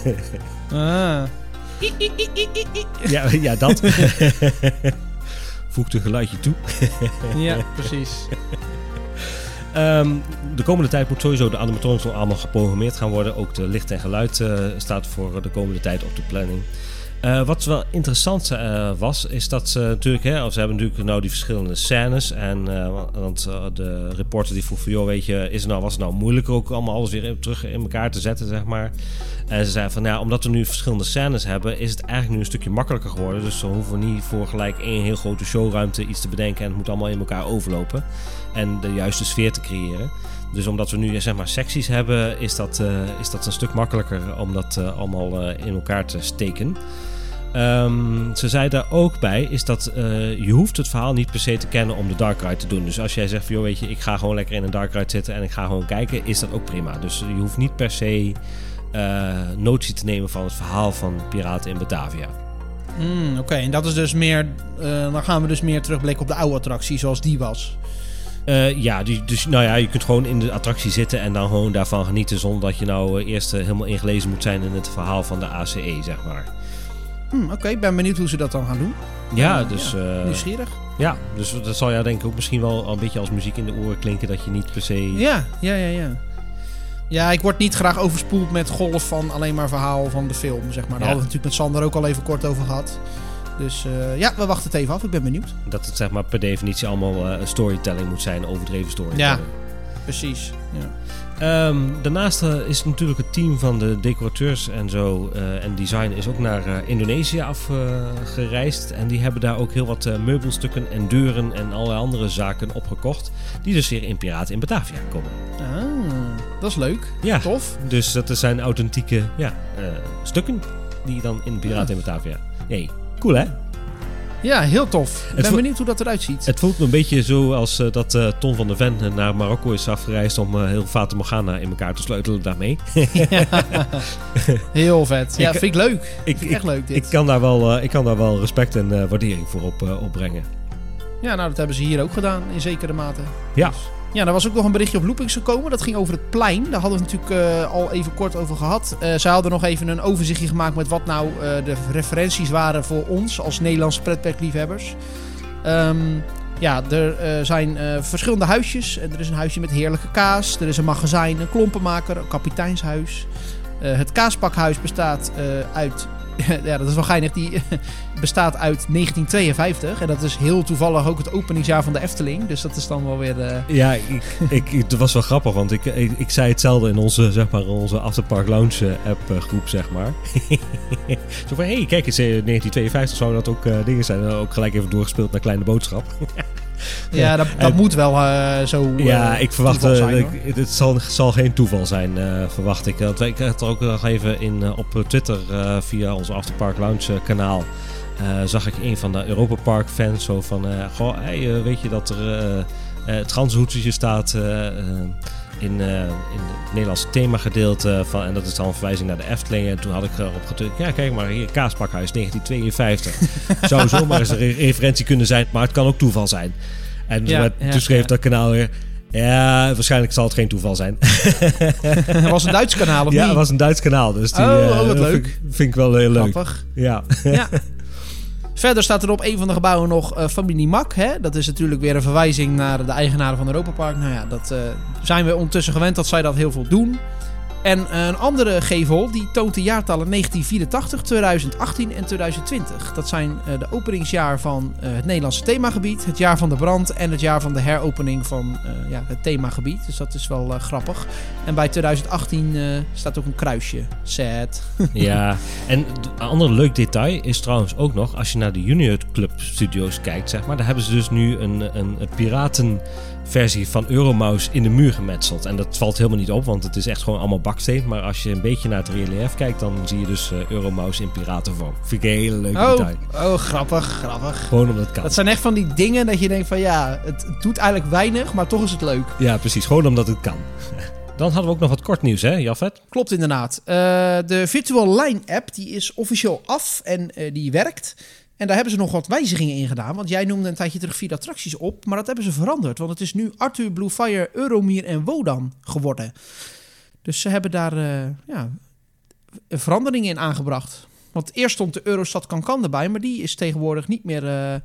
Speaker 1: ah.
Speaker 2: Ja, ja, dat. Voegt een geluidje toe.
Speaker 1: Ja, precies.
Speaker 2: Um, de komende tijd moet sowieso de animatronics allemaal geprogrammeerd gaan worden. Ook de licht en geluid uh, staat voor de komende tijd op de planning. Uh, wat wel interessant uh, was, is dat ze natuurlijk, hè, ze hebben natuurlijk nou die verschillende scènes. En uh, want uh, de reporter die vroeg van, joh, weet je, is het nou, was het nou moeilijker ook allemaal alles weer terug in elkaar te zetten, zeg maar. En ze zei van, ja, omdat we nu verschillende scènes hebben, is het eigenlijk nu een stukje makkelijker geworden. Dus we hoeven niet voor gelijk één heel grote showruimte iets te bedenken en het moet allemaal in elkaar overlopen. En de juiste sfeer te creëren. Dus omdat we nu zeg maar secties hebben, is dat, uh, is dat een stuk makkelijker om dat uh, allemaal uh, in elkaar te steken. Um, ze zei daar ook bij, is dat uh, je hoeft het verhaal niet per se te kennen om de dark ride te doen. Dus als jij zegt van, joh, weet je, ik ga gewoon lekker in een dark ride zitten en ik ga gewoon kijken, is dat ook prima. Dus je hoeft niet per se uh, notitie te nemen van het verhaal van Piraten in Batavia.
Speaker 1: Mm, Oké, okay. En dat is dus meer, uh, dan gaan we dus meer terugblikken op de oude attractie zoals die was.
Speaker 2: Uh, ja, die, dus nou ja, je kunt gewoon in de attractie zitten en dan gewoon daarvan genieten zonder dat je nou uh, eerst uh, helemaal ingelezen moet zijn in het verhaal van de A C E, zeg maar.
Speaker 1: Hmm, Oké, okay, ik ben benieuwd hoe ze dat dan gaan doen.
Speaker 2: Ja, uh, dus...
Speaker 1: Ja,
Speaker 2: uh,
Speaker 1: nieuwsgierig.
Speaker 2: Ja, dus dat zal jou denk ik ook misschien wel een beetje als muziek in de oren klinken, dat je niet per se...
Speaker 1: Ja, ja, ja, ja. Ja, ik word niet graag overspoeld met golf van alleen maar verhaal van de film, zeg maar. Daar ja. hadden we het natuurlijk met Sander ook al even kort over gehad. Dus uh, ja, we wachten het even af. Ik ben benieuwd.
Speaker 2: Dat het zeg maar per definitie allemaal uh, storytelling moet zijn, overdreven storytelling.
Speaker 1: Ja, precies. Ja.
Speaker 2: Um, daarnaast uh, is natuurlijk het team van de decorateurs en zo uh, en design is ook naar uh, Indonesië afgereisd. Uh, en die hebben daar ook heel wat uh, meubelstukken en deuren en allerlei andere zaken opgekocht. Die dus weer in Piraten in Batavia komen.
Speaker 1: Ah, dat is leuk.
Speaker 2: Ja,
Speaker 1: tof.
Speaker 2: Dus dat zijn authentieke ja, uh, stukken die dan in Piraten ja. in Batavia. Nee, cool hè?
Speaker 1: Ja, heel tof. Ik ben
Speaker 2: vo-
Speaker 1: benieuwd hoe dat eruit ziet.
Speaker 2: Het voelt me een beetje zo als uh, dat uh, Ton van der Ven naar Marokko is afgereisd om uh, heel Fata Morgana in elkaar te sleutelen daarmee.
Speaker 1: Ja, heel vet. Ja, ik, vind ik leuk.
Speaker 2: Ik,
Speaker 1: vind ik
Speaker 2: ik,
Speaker 1: echt leuk dit.
Speaker 2: Ik kan daar wel, uh, ik kan daar wel respect en uh, waardering voor op, uh, opbrengen.
Speaker 1: Ja, nou dat hebben ze hier ook gedaan in zekere mate.
Speaker 2: Ja.
Speaker 1: Dus. Ja, er was ook nog een berichtje op Loopings gekomen. Dat ging over het plein. Daar hadden we het natuurlijk uh, al even kort over gehad. Uh, ze hadden nog even een overzichtje gemaakt met wat nou uh, de referenties waren voor ons als Nederlandse pretparkliefhebbers. Um, ja, er uh, zijn uh, verschillende huisjes. Er is een huisje met heerlijke kaas. Er is een magazijn, een klompenmaker, een kapiteinshuis. Uh, het kaaspakhuis bestaat uh, uit ja, dat is wel geinig, die bestaat uit negentien tweeënvijftig. En dat is heel toevallig ook het openingsjaar van de Efteling. Dus dat is dan wel weer... Uh...
Speaker 2: Ja, ik, ik, het was wel grappig, want ik, ik, ik zei hetzelfde in onze, zeg maar, onze Afterpark Lounge app uh, groep, zeg maar. Zo van, hé, hey, kijk eens, negentien tweeënvijftig zou dat ook uh, dingen zijn. En ook gelijk even doorgespeeld naar Kleine Boodschap.
Speaker 1: Ja, dat, dat en, moet wel uh, zo uh,
Speaker 2: Ja, ik verwacht... Uh,
Speaker 1: zijn,
Speaker 2: ik, het zal, zal geen toeval zijn, uh, verwacht ik. Want ik had er ook nog even in, uh, op Twitter uh, via onze Afterpark Lounge uh, kanaal... Uh, zag ik een van de Europa Park fans zo van... Uh, goh, hey, uh, weet je dat er uh, uh, het ganzenhoedje staat... Uh, uh, in, uh, in het Nederlandse themagedeelte van, en dat is dan een verwijzing naar de Efteling. En toen had ik erop gedrukt, ja kijk maar hier, Kaaspakhuis negentien tweeënvijftig. Zou zomaar eens een re- referentie kunnen zijn, maar het kan ook toeval zijn. En ja, ja, toen schreef ja. dat kanaal weer, ja, waarschijnlijk zal het geen toeval zijn.
Speaker 1: Het was een Duits kanaal of
Speaker 2: ja,
Speaker 1: niet?
Speaker 2: het was een Duits kanaal. Dus die,
Speaker 1: oh, oh, wat
Speaker 2: uh,
Speaker 1: leuk.
Speaker 2: Vind, vind ik wel heel leuk.
Speaker 1: Grappig.
Speaker 2: Ja.
Speaker 1: ja. Verder staat er op een van de gebouwen nog uh, familie Mak. Hè? Dat is natuurlijk weer een verwijzing naar de eigenaren van Europa Park. Nou ja, dat uh, zijn we ondertussen gewend dat zij dat heel veel doen. En uh, een andere gevel die toont de jaartallen negentien vierentachtig, twintig achttien en twintig twintig. Dat zijn uh, de openingsjaar van uh, het Nederlandse themagebied, het jaar van de brand en het jaar van de heropening van uh, ja, het themagebied. Dus dat is wel uh, grappig. En bij twintig achttien uh, staat ook een kruisje. Sad.
Speaker 2: Ja, en een ander leuk detail is trouwens ook nog, als je naar de Junior Club Studios kijkt, zeg maar, daar hebben ze dus nu een, een, een piraten... versie van Euromouse in de muur gemetseld. En dat valt helemaal niet op, want het is echt gewoon allemaal baksteen. Maar als je een beetje naar het relief kijkt, dan zie je dus uh, Euromouse in piratenvorm. Vind ik een hele leuke
Speaker 1: oh,
Speaker 2: detail.
Speaker 1: Oh, grappig, grappig.
Speaker 2: Gewoon omdat het kan.
Speaker 1: Dat zijn echt van die dingen dat je denkt van ja, het, het doet eigenlijk weinig, maar toch is het leuk.
Speaker 2: Ja, precies. Gewoon omdat het kan. Dan hadden we ook nog wat kort nieuws, hè, Jafet?
Speaker 1: Klopt inderdaad. Uh, de Virtual Line app die is officieel af en uh, die werkt. En daar hebben ze nog wat wijzigingen in gedaan. Want jij noemde een tijdje terug vier attracties op. Maar dat hebben ze veranderd. Want het is nu Arthur, Bluefire, Euromir en Wodan geworden. Dus ze hebben daar uh, ja, veranderingen in aangebracht. Want eerst stond de Eurostad Cancan erbij. Maar die is tegenwoordig niet meer... Uh,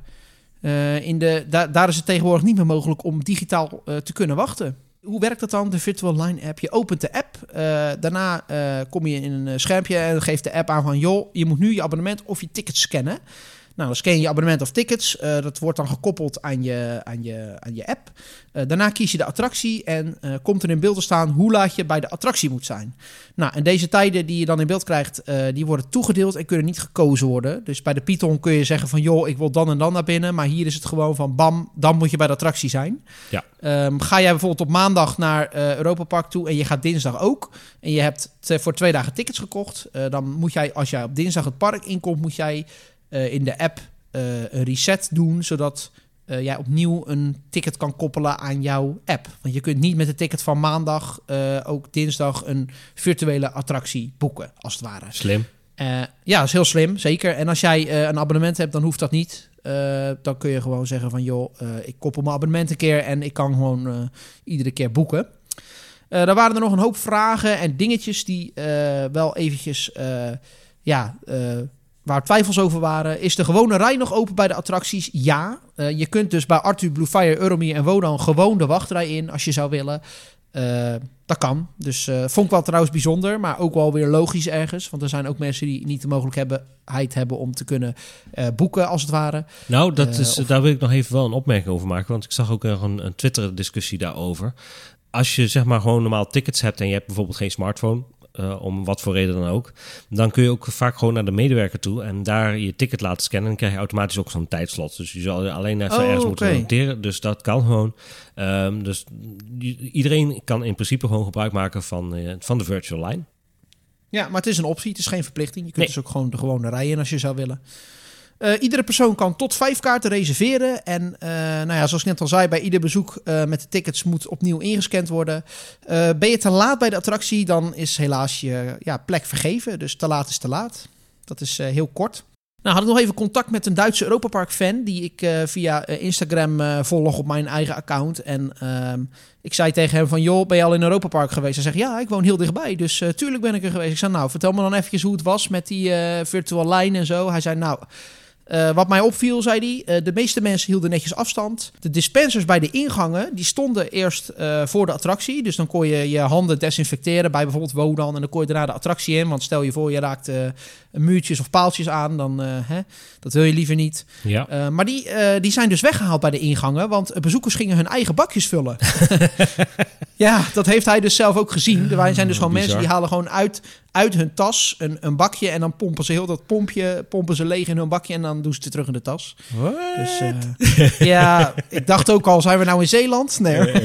Speaker 1: uh, in de, da- daar is het tegenwoordig niet meer mogelijk om digitaal uh, te kunnen wachten. Hoe werkt dat dan, de Virtual Line app? Je opent de app, uh, daarna uh, kom je in een schermpje en geeft de app aan van... joh, je moet nu je abonnement of je tickets scannen. Nou, dan scan je je abonnement of tickets. Uh, dat wordt dan gekoppeld aan je, aan je, aan je app. Uh, daarna kies je de attractie en uh, komt er in beeld te staan hoe laat je bij de attractie moet zijn. Nou, en deze tijden die je dan in beeld krijgt, uh, die worden toegedeeld en kunnen niet gekozen worden. Dus bij de Python kun je zeggen van joh, ik wil dan en dan naar binnen. Maar hier is het gewoon van bam, dan moet je bij de attractie zijn.
Speaker 2: Ja.
Speaker 1: Um, ga jij bijvoorbeeld op maandag naar uh, Europa Park toe en je gaat dinsdag ook. En je hebt te, voor twee dagen tickets gekocht. Uh, dan moet jij, als jij op dinsdag het park inkomt, moet jij... Uh, in de app uh, een reset doen, zodat uh, jij opnieuw een ticket kan koppelen aan jouw app. Want je kunt niet met het ticket van maandag uh, ook dinsdag een virtuele attractie boeken, als het ware.
Speaker 2: Slim.
Speaker 1: Uh, ja, dat is heel slim, zeker. En als jij uh, een abonnement hebt, dan hoeft dat niet. Uh, dan kun je gewoon zeggen van joh, uh, ik koppel mijn abonnement een keer en ik kan gewoon uh, iedere keer boeken. Uh, daar waren er nog een hoop vragen en dingetjes die uh, wel eventjes, uh, ja... Uh, waar twijfels over waren. Is de gewone rij nog open bij de attracties? Ja. Uh, je kunt dus bij Arthur, Bluefire, Euromir en Wodan gewoon de wachtrij in als je zou willen. Uh, dat kan. Dus uh, vond ik wel trouwens bijzonder, maar ook wel weer logisch ergens. Want er zijn ook mensen die niet de mogelijkheid hebben om te kunnen uh, boeken, als het ware.
Speaker 2: Nou, dat
Speaker 1: uh,
Speaker 2: is,
Speaker 1: of...
Speaker 2: daar wil ik nog even wel een opmerking over maken. Want ik zag ook nog een, een Twitter-discussie daarover. Als je zeg maar gewoon normaal tickets hebt en je hebt bijvoorbeeld geen smartphone... Uh, om wat voor reden dan ook, dan kun je ook vaak gewoon naar de medewerker toe en daar je ticket laten scannen. En dan krijg je automatisch ook zo'n tijdslot. Dus je zal alleen even
Speaker 1: oh,
Speaker 2: ergens
Speaker 1: okay.
Speaker 2: moeten noteren. Dus dat kan gewoon. Um, dus iedereen kan in principe gewoon gebruik maken van, uh, van de virtual line.
Speaker 1: Ja, maar het is een optie. Het is geen verplichting. Je kunt
Speaker 2: nee.
Speaker 1: dus ook gewoon de gewone rij in als je zou willen. Uh, iedere persoon kan tot vijf kaarten reserveren. En uh, nou ja, zoals ik net al zei, bij ieder bezoek uh, met de tickets moet opnieuw ingescand worden. Uh, ben je te laat bij de attractie, dan is helaas je ja, plek vergeven. Dus te laat is te laat. Dat is uh, heel kort. Nou, had ik nog even contact met een Duitse Europa Park fan die ik uh, via uh, Instagram uh, volg op mijn eigen account. En uh, ik zei tegen hem van, joh, ben je al in Europa Park geweest? Hij zegt, ja, ik woon heel dichtbij, dus uh, tuurlijk ben ik er geweest. Ik zei, nou, vertel me dan even hoe het was met die uh, virtual line en zo. Hij zei, nou... Uh, wat mij opviel, zei hij, uh, de meeste mensen hielden netjes afstand. De dispensers bij de ingangen, die stonden eerst uh, voor de attractie. Dus dan kon je je handen desinfecteren bij bijvoorbeeld Wodan. En dan kon je daarna de attractie in. Want stel je voor, je raakt uh, muurtjes of paaltjes aan. Dan, uh, hè, dat wil je liever niet.
Speaker 2: Ja.
Speaker 1: Uh, maar die, uh, die zijn dus weggehaald bij de ingangen. Want bezoekers gingen hun eigen bakjes vullen. Ja, dat heeft hij dus zelf ook gezien. Wij zijn dus gewoon
Speaker 2: Bizar.
Speaker 1: mensen die halen gewoon uit, uit hun tas een, een bakje. En dan pompen ze heel dat pompje pompen ze leeg in hun bakje. En dan doen ze het terug in de tas.
Speaker 2: What?
Speaker 1: Dus uh, ja, ik dacht ook al, zijn we nou in Zeeland? Nee.
Speaker 2: Ja,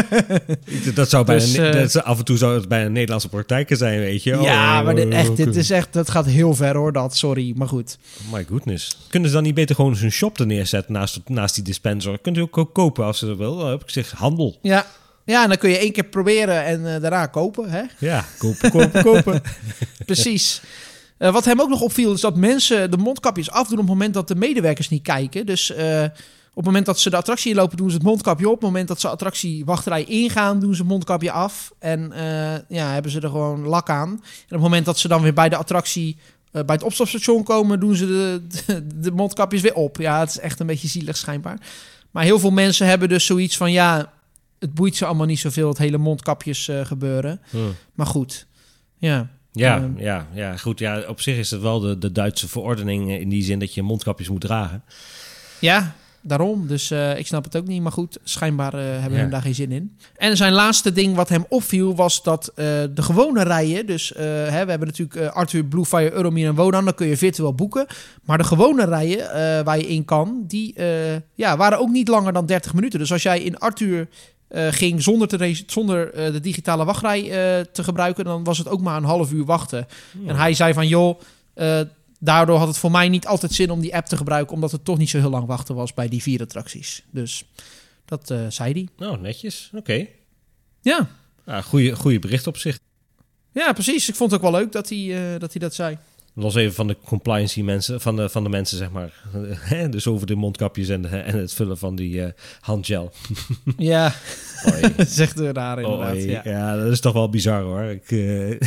Speaker 2: ja. Dat zou bijna,
Speaker 1: Dus, uh,
Speaker 2: dat, af en toe zou het bijna Nederlandse praktijken zijn, weet je.
Speaker 1: Ja,
Speaker 2: oh,
Speaker 1: maar dit, echt, dit
Speaker 2: oh,
Speaker 1: is echt, dat gaat heel ver hoor, dat. Sorry, maar goed.
Speaker 2: my goodness. Kunnen ze dan niet beter gewoon eens een shop er neerzetten naast, naast die dispenser? Kunt u ook, ook kopen als ze dat wil. Dan heb ik zeg handel.
Speaker 1: Ja. Ja, en dan kun je één keer proberen en uh, daarna kopen, hè?
Speaker 2: Ja, kopen, kopen, kopen.
Speaker 1: Precies. Uh, wat hem ook nog opviel is dat mensen de mondkapjes afdoen op het moment dat de medewerkers niet kijken. Dus uh, op het moment dat ze de attractie inlopen doen ze het mondkapje op. Op het moment dat ze attractiewachterij ingaan doen ze het mondkapje af. En uh, ja, hebben ze er gewoon lak aan. En op het moment dat ze dan weer bij de attractie uh, bij het opstapstation komen doen ze de, de, de mondkapjes weer op. Ja, het is echt een beetje zielig schijnbaar. Maar heel veel mensen hebben dus zoiets van ja, het boeit ze allemaal niet zoveel, het hele mondkapjes uh, gebeuren. Hmm. Maar goed, ja.
Speaker 2: Ja,
Speaker 1: um,
Speaker 2: ja, ja, goed. Ja, op zich is het wel de, de Duitse verordening in die zin dat je mondkapjes moet dragen.
Speaker 1: Ja, daarom. Dus uh, ik snap het ook niet. Maar goed, schijnbaar uh, hebben we
Speaker 2: ja.
Speaker 1: hem daar geen zin in. En zijn laatste ding wat hem opviel was dat uh, de gewone rijen... Dus uh, hè, we hebben natuurlijk uh, Arthur, Bluefire, Euromir en Wodan. Dan kun je virtueel boeken. Maar de gewone rijen uh, waar je in kan... die uh, ja, waren ook niet langer dan dertig minuten. Dus als jij in Arthur... Uh, ging zonder, te race, zonder uh, de digitale wachtrij uh, te gebruiken... dan was het ook maar een half uur wachten. Ja. En hij zei van, joh... Uh, daardoor had het voor mij niet altijd zin om die app te gebruiken... omdat het toch niet zo heel lang wachten was bij die vier attracties. Dus dat uh, zei hij.
Speaker 2: Oh, netjes. Oké. Okay.
Speaker 1: Ja.
Speaker 2: Ah, goeie, goeie bericht op zich.
Speaker 1: Ja, precies. Ik vond het ook wel leuk dat hij, uh, dat, hij dat zei.
Speaker 2: Los even van de compliance mensen, van de, van de mensen, zeg maar. Dus over de mondkapjes en, de, en het vullen van die uh, handgel.
Speaker 1: Ja, dat is echt raar inderdaad.
Speaker 2: Oei.
Speaker 1: Ja.
Speaker 2: ja, dat is toch wel bizar hoor. Ik, uh...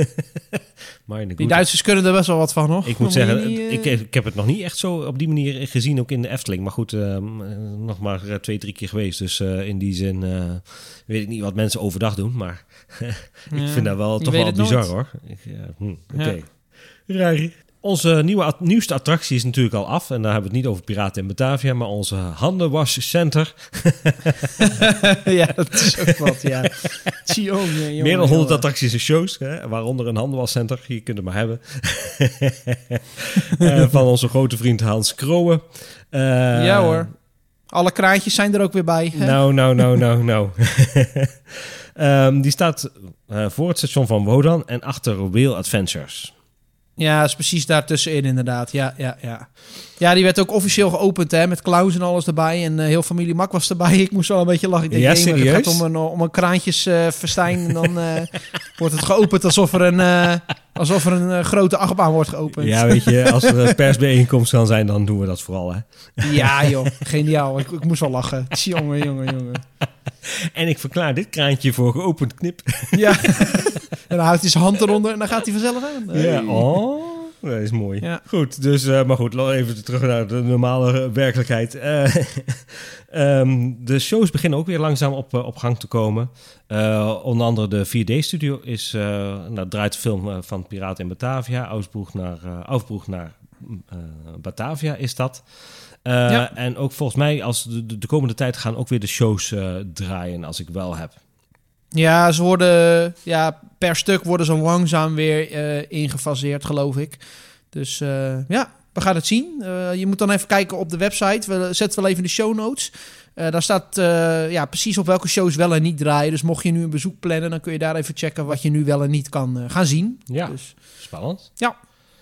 Speaker 2: maar
Speaker 1: die Duitsers kunnen er best wel wat van, hoor.
Speaker 2: Ik moet zeggen, niet, uh... ik, ik heb het nog niet echt zo op die manier gezien, ook in de Efteling. Maar goed, uh, nog maar twee, drie keer geweest. Dus uh, in die zin uh, weet ik niet wat mensen overdag doen. Maar ik ja, vind dat wel toch wel bizar nooit. Hoor. Ik, ja, hm, Oké. Okay. Ja. Raar. Onze nieuwe, nieuwste attractie is natuurlijk al af. En daar hebben we het niet over Piraten in Batavia, maar onze handenwascenter.
Speaker 1: Ja, dat is ook wat, ja. Tjonge, jonge,
Speaker 2: Meer dan honderd attracties en shows, hè, waaronder een handenwascenter. Je kunt het maar hebben. uh, van onze grote vriend Hans Kroowen. Uh,
Speaker 1: ja hoor. Alle kraantjes zijn er ook weer bij. Hè?
Speaker 2: Nou, nou, nou, nou, nou. um, die staat uh, voor het station van Wodan en achter Wheel Adventures.
Speaker 1: Ja, is precies daartussenin inderdaad. Ja, ja, ja. Ja, die werd ook officieel geopend hè, met clowns en alles erbij. En uh, heel familie Mak was erbij. Ik moest wel een beetje lachen. Ik denk,
Speaker 2: ja,
Speaker 1: nee,
Speaker 2: serieus?
Speaker 1: Het gaat om een, om een kraantjesfestijn. Uh, en dan uh, wordt het geopend alsof er een, uh, alsof er een uh, grote achtbaan wordt geopend.
Speaker 2: Ja, weet je, als er een persbijeenkomst kan zijn, dan doen we dat vooral, hè?
Speaker 1: Ja, joh. Geniaal. Ik, ik moest wel lachen. Jongen, jongen, jongen.
Speaker 2: En ik verklaar dit kraantje voor geopend knip.
Speaker 1: Ja. En dan houdt hij zijn hand eronder en dan gaat hij vanzelf aan. Hey.
Speaker 2: Ja, oh, dat is mooi. Ja. Goed, dus, uh, maar goed, even terug naar de normale werkelijkheid. Uh, um, de shows beginnen ook weer langzaam op, uh, op gang te komen. Uh, onder andere de vier D-studio is, uh, nou, draait de film uh, van Piraten in Batavia, Ausbroek naar, uh, Aufbroek naar uh, Batavia is dat. Uh, ja. En ook volgens mij, als de, de komende tijd gaan ook weer de shows uh, draaien, als ik wel heb.
Speaker 1: Ja, ze worden ja, per stuk worden ze langzaam weer uh, ingefaseerd, geloof ik. Dus uh, ja, we gaan het zien. Uh, je moet dan even kijken op de website. We zetten wel even in de show notes. Uh, daar staat uh, ja, precies op welke shows wel en niet draaien. Dus mocht je nu een bezoek plannen, dan kun je daar even checken wat je nu wel en niet kan uh, gaan zien.
Speaker 2: Ja,
Speaker 1: dus,
Speaker 2: spannend.
Speaker 1: Ja.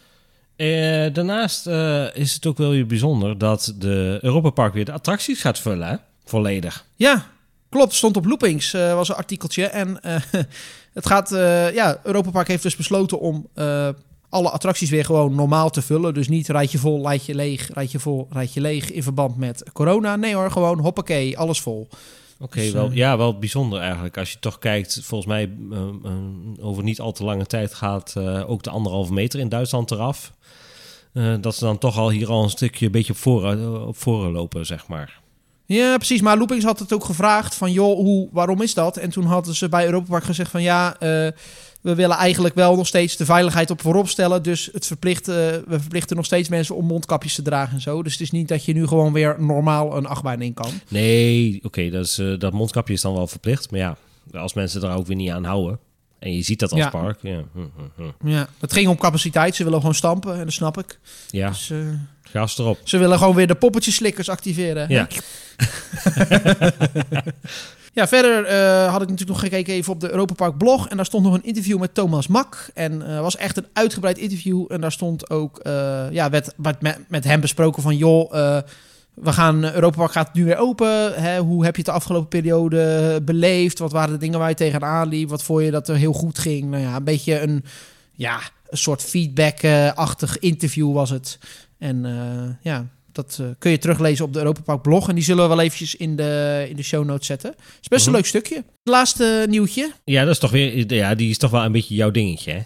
Speaker 2: Uh, daarnaast uh, is het ook wel weer bijzonder dat de Europa Park weer de attracties gaat vullen, hè? Volledig.
Speaker 1: Ja, klopt. Stond op Loopings, uh, was een artikeltje. En uh, het gaat, uh, ja, Europa Park heeft dus besloten om uh, alle attracties weer gewoon normaal te vullen. Dus niet rijtje vol, rijtje leeg, rijtje vol, rijtje leeg in verband met corona. Nee hoor, gewoon hoppakee, alles vol.
Speaker 2: Oké, okay, dus, wel, uh, ja, wel bijzonder eigenlijk. Als je toch kijkt, volgens mij uh, uh, over niet al te lange tijd gaat uh, ook de anderhalve meter in Duitsland eraf. Uh, dat ze dan toch al hier al een stukje een beetje op voren, op voren lopen, zeg maar.
Speaker 1: Ja, precies. Maar Loopings had het ook gevraagd van, joh, hoe, waarom is dat? En toen hadden ze bij Europa Park gezegd van, ja, uh, we willen eigenlijk wel nog steeds de veiligheid op voorop stellen. Dus het verplicht, uh, we verplichten nog steeds mensen om mondkapjes te dragen en zo. Dus het is niet dat je nu gewoon weer normaal een achtbaan in kan.
Speaker 2: Nee, oké, okay, dat, uh, dat mondkapje is dan wel verplicht. Maar ja, als mensen er ook weer niet aan houden. En je ziet dat als ja. park. Ja. Hm, hm, hm.
Speaker 1: ja, het ging om capaciteit. Ze willen gewoon stampen en dat snap ik.
Speaker 2: Ja,
Speaker 1: dus, uh,
Speaker 2: gas erop.
Speaker 1: Ze willen gewoon weer de poppetjeslikkers activeren.
Speaker 2: Ja.
Speaker 1: Ja, verder uh, had ik natuurlijk nog gekeken even op de Europa Park blog. En daar stond nog een interview met Thomas Mak. En het uh, was echt een uitgebreid interview. En daar stond ook, uh, ja, werd, werd met, met hem besproken van, joh, uh, we gaan, Europa Park gaat nu weer open. Hè? Hoe heb je het de afgelopen periode beleefd? Wat waren de dingen waar je tegenaan liep? Wat vond je dat er heel goed ging? Nou ja, een beetje een, ja, een soort feedback-achtig interview was het. En uh, ja... Dat uh, kun je teruglezen op de Europa Park blog. En die zullen we wel eventjes in de, in de show notes zetten. Het is best mm-hmm. een leuk stukje. Laatste nieuwtje.
Speaker 2: Ja, dat is toch weer, ja, die is toch wel een beetje jouw dingetje, hè?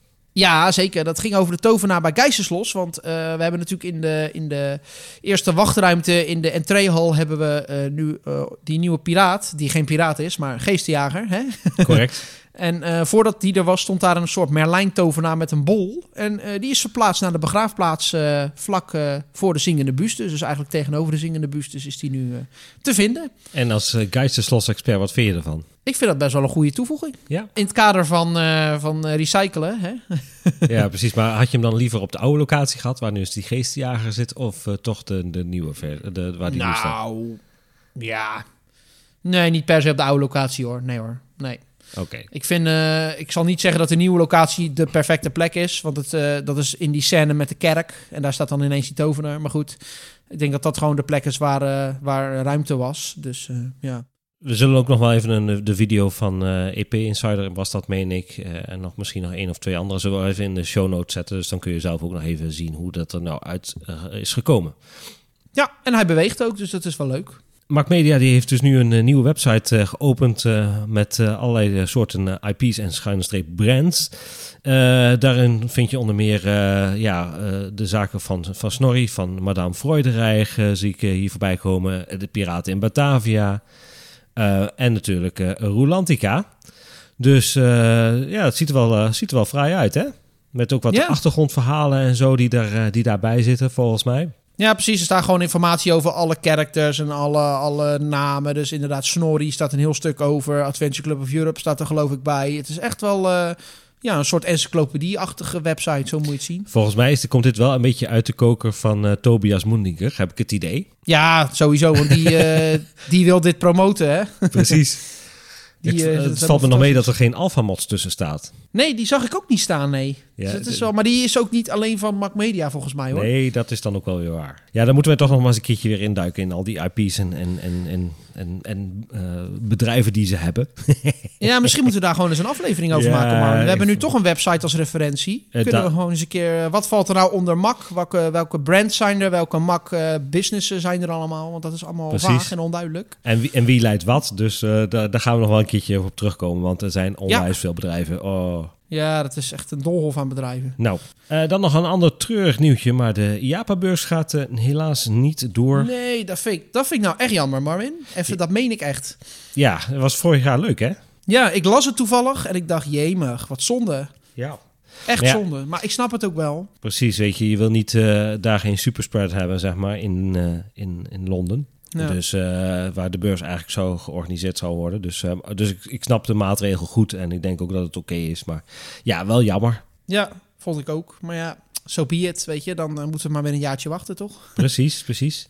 Speaker 1: Ja, zeker. Dat ging over de tovenaar bij Geisterslos. Want uh, we hebben natuurlijk in de, in de eerste wachtruimte in de entreehal hebben we uh, nu uh, die nieuwe piraat. Die geen piraat is, maar geestenjager. Hè?
Speaker 2: Correct.
Speaker 1: En uh, voordat die er was, stond daar een soort Merlijn-tovenaar met een bol. En uh, die is verplaatst naar de begraafplaats uh, vlak uh, voor de zingende bustes. Dus eigenlijk tegenover de zingende bustes is die nu uh, te vinden.
Speaker 2: En als uh, Geisterslos-expert, wat vind je ervan?
Speaker 1: Ik vind dat best wel een goede toevoeging.
Speaker 2: Ja.
Speaker 1: In het kader van, uh, van uh, recyclen. Hè?
Speaker 2: Ja, precies. Maar had je hem dan liever op de oude locatie gehad, waar nu eens die geestenjager zit, of uh, toch de, de nieuwe versie? De, waar die
Speaker 1: nou,
Speaker 2: nu staat?
Speaker 1: Ja. Nee, niet per se op de oude locatie hoor. Nee hoor, nee.
Speaker 2: Oké. Okay.
Speaker 1: Ik vind, uh, ik zal niet zeggen dat de nieuwe locatie de perfecte plek is, want het, uh, dat is in die scène met de kerk en daar staat dan ineens die tovenaar. Maar goed, ik denk dat dat gewoon de plek is waar, uh, waar ruimte was. Dus uh, ja.
Speaker 2: We zullen ook nog wel even een, de video van uh, E P Insider, was dat, meen ik. Uh, en nog misschien nog één of twee andere zullen we even in de show notes zetten. Dus dan kun je zelf ook nog even zien hoe dat er nou uit uh, is gekomen.
Speaker 1: Ja, en hij beweegt ook, dus dat is wel leuk.
Speaker 2: Mark Media die heeft dus nu een uh, nieuwe website uh, geopend uh, met uh, allerlei uh, soorten uh, I P's en schuine streep brands. Uh, daarin vind je onder meer uh, ja, uh, de zaken van, van Snorri, van Madame Freudenreich uh, zie ik uh, hier voorbij komen. De Piraten in Batavia. Uh, en natuurlijk uh, Rulantica. Dus uh, ja, het ziet er wel, uh, ziet er wel fraai uit, hè? Met ook wat ja. achtergrondverhalen en zo die, daar, uh, die daarbij zitten, volgens mij.
Speaker 1: Ja, precies. Er staat gewoon informatie over alle characters en alle, alle namen. Dus inderdaad, Snorri staat een heel stuk over. Adventure Club of Europe staat er geloof ik bij. Het is echt wel uh, ja, een soort encyclopedie-achtige website, zo moet je het zien.
Speaker 2: Volgens mij is, komt dit wel een beetje uit de koker van uh, Tobias Moendinger, heb ik het idee.
Speaker 1: Ja, sowieso, want die, uh, die wil dit promoten, hè?
Speaker 2: Precies. Die, uh, het het valt me nog mee dat er geen alpha-mods tussen staat.
Speaker 1: Nee, die zag ik ook niet staan, nee. Ja, dus het is wel, maar die is ook niet alleen van Mac Media, volgens mij, hoor.
Speaker 2: Nee, dat is dan ook wel weer waar. Ja, dan moeten we toch nog maar eens een keertje weer induiken in al die I P's en, en, en, en, en, en uh, bedrijven die ze hebben.
Speaker 1: Ja, misschien moeten we daar gewoon eens een aflevering over ja, maken. Maar we hebben nu toch een website als referentie. Uh, Kunnen da- we gewoon eens een keer... Wat valt er nou onder Mac? Welke, welke brands zijn er? Welke Mac uh, businessen zijn er allemaal? Want dat is allemaal Precies. vaag en onduidelijk.
Speaker 2: En wie, en wie leidt wat? Dus uh, daar, daar gaan we nog wel een keertje op terugkomen. Want er zijn onwijs ja. veel bedrijven. Oh...
Speaker 1: Ja, dat is echt een doolhof aan bedrijven.
Speaker 2: Nou, uh, dan nog een ander treurig nieuwtje. Maar de I A P A-beurs gaat uh, helaas niet door.
Speaker 1: Nee, dat vind, ik, dat vind ik nou echt jammer, Marvin. Even, dat meen ik echt.
Speaker 2: Ja, dat was vorig jaar leuk, hè?
Speaker 1: Ja, ik las het toevallig en ik dacht, jemig, wat zonde.
Speaker 2: Ja.
Speaker 1: Echt ja. zonde, maar ik snap het ook wel.
Speaker 2: Precies, weet je, je wil niet uh, daar geen superspread hebben, zeg maar, in, uh, in, in Londen. Ja. Dus uh, waar de beurs eigenlijk zo georganiseerd zou worden. Dus, uh, dus ik, ik snap de maatregel goed en ik denk ook dat het oké okay is. Maar ja, wel jammer.
Speaker 1: Ja, vond ik ook. Maar ja, so be it, weet je. Dan uh, moeten we maar weer een jaartje wachten, toch?
Speaker 2: Precies, precies.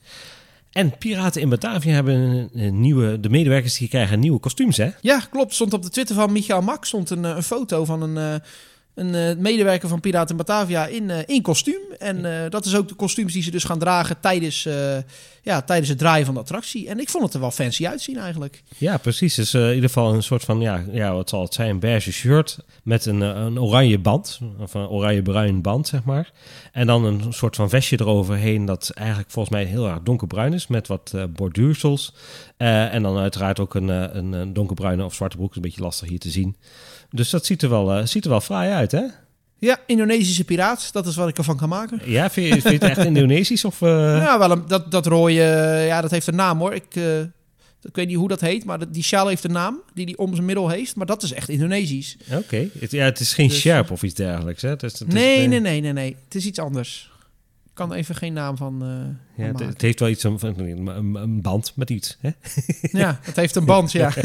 Speaker 2: En Piraten in Batavia hebben een, een nieuwe... De medewerkers die krijgen nieuwe kostuums, hè?
Speaker 1: Ja, klopt. Stond op de Twitter van Michael Mak stond een, een foto van een... Uh, Een uh, medewerker van Piraten in Batavia in, uh, in kostuum. En uh, dat is ook de kostuums die ze dus gaan dragen tijdens, uh, ja, tijdens het draaien van de attractie. En ik vond het er wel fancy uitzien eigenlijk.
Speaker 2: Ja, precies. Dus uh, in ieder geval een soort van, ja, ja, wat zal het zijn, een beige shirt met een, uh, een oranje band. Of een oranje-bruin band, zeg maar. En dan een soort van vestje eroverheen dat eigenlijk volgens mij heel erg donkerbruin is. Met wat uh, borduursels. Uh, en dan uiteraard ook een, uh, een, een donkerbruine of zwarte broek. Een beetje lastig hier te zien. Dus dat ziet er wel, uh, ziet er wel fraai uit, hè?
Speaker 1: Ja, Indonesische piraat. Dat is wat ik ervan kan maken.
Speaker 2: Ja, vind je, vind je het echt Indonesisch? Of, uh...
Speaker 1: Ja, wel een, dat, dat rode... Ja, dat heeft een naam hoor. Ik, uh, ik weet niet hoe dat heet, maar die sjaal heeft een naam die hij om zijn middel heeft. Maar dat is echt Indonesisch.
Speaker 2: Oké. Okay. Ja, het is geen dus, sjerp of iets dergelijks, hè? Het is, het
Speaker 1: nee,
Speaker 2: is,
Speaker 1: nee, nee, nee, nee. Het is iets anders. Ik kan even geen naam van, uh,
Speaker 2: ja,
Speaker 1: van
Speaker 2: het, het heeft wel iets van een, een, een band met iets, hè?
Speaker 1: Ja, het heeft een band, ja.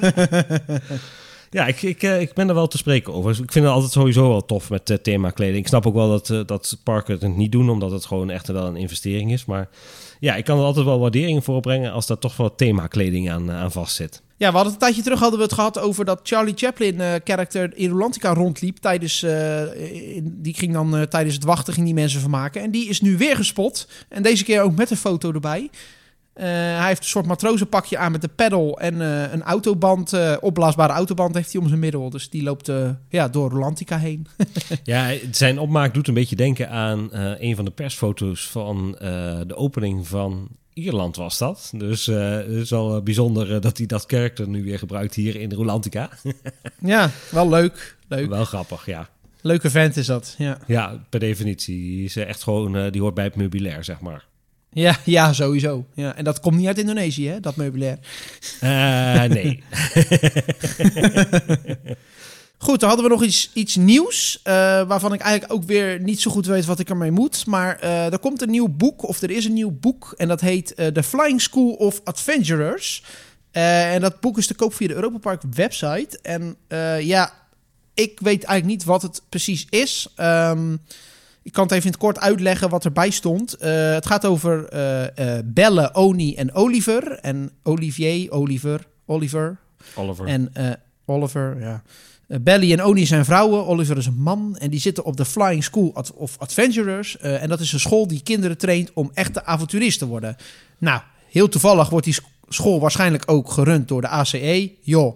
Speaker 2: Ja, ik, ik, ik ben er wel te spreken over. Ik vind het altijd sowieso wel tof met uh, themakleding. Ik snap ook wel dat, uh, dat parken het niet doen, omdat het gewoon echt wel een investering is. Maar ja, ik kan er altijd wel waardering voor opbrengen als daar toch wel themakleding aan, aan vast zit.
Speaker 1: Ja, we hadden een tijdje terug hadden we het gehad over dat Charlie Chaplin-karakter uh, in Rulantica rondliep. Tijdens, uh, in, die ging dan uh, tijdens het wachten ging die mensen vermaken. En die is nu weer gespot. En deze keer ook met een foto erbij. Uh, hij heeft een soort matrozenpakje aan met de pedal en uh, een autoband, uh, opblaasbare autoband heeft hij om zijn middel. Dus die loopt uh, ja, door Rulantica heen.
Speaker 2: Ja, zijn opmaak doet een beetje denken aan uh, een van de persfoto's van uh, de opening van Ierland was dat. Dus uh, het is wel uh, bijzonder uh, dat hij dat karakter nu weer gebruikt hier in Rulantica.
Speaker 1: Ja, wel leuk. leuk.
Speaker 2: Wel grappig, ja.
Speaker 1: Leuke vent is dat, ja. Ja,
Speaker 2: per definitie. Die is echt gewoon, uh, die hoort bij het meubilair, zeg maar.
Speaker 1: Ja, ja, sowieso. Ja, en dat komt niet uit Indonesië, hè, dat meubilair.
Speaker 2: Uh, nee.
Speaker 1: Goed, dan hadden we nog iets, iets nieuws, uh, waarvan ik eigenlijk ook weer niet zo goed weet wat ik ermee moet. Maar uh, er komt een nieuw boek, of er is een nieuw boek, en dat heet uh, The Flying School of Adventurers. Uh, en dat boek is te koop via de Europa Park website. En uh, ja, ik weet eigenlijk niet wat het precies is. Um, Ik kan het even in het kort uitleggen wat erbij stond. Uh, het gaat over uh, uh, Belle, Oni en Oliver. En Olivier, Oliver, Oliver.
Speaker 2: Oliver.
Speaker 1: En uh, Oliver, ja. Uh, Belly en Oni zijn vrouwen. Oliver is een man. En die zitten op de Flying School of Adventurers. Uh, en dat is een school die kinderen traint om echte avonturisten te worden. Nou, heel toevallig wordt die school waarschijnlijk ook gerund door de A C E. Joh.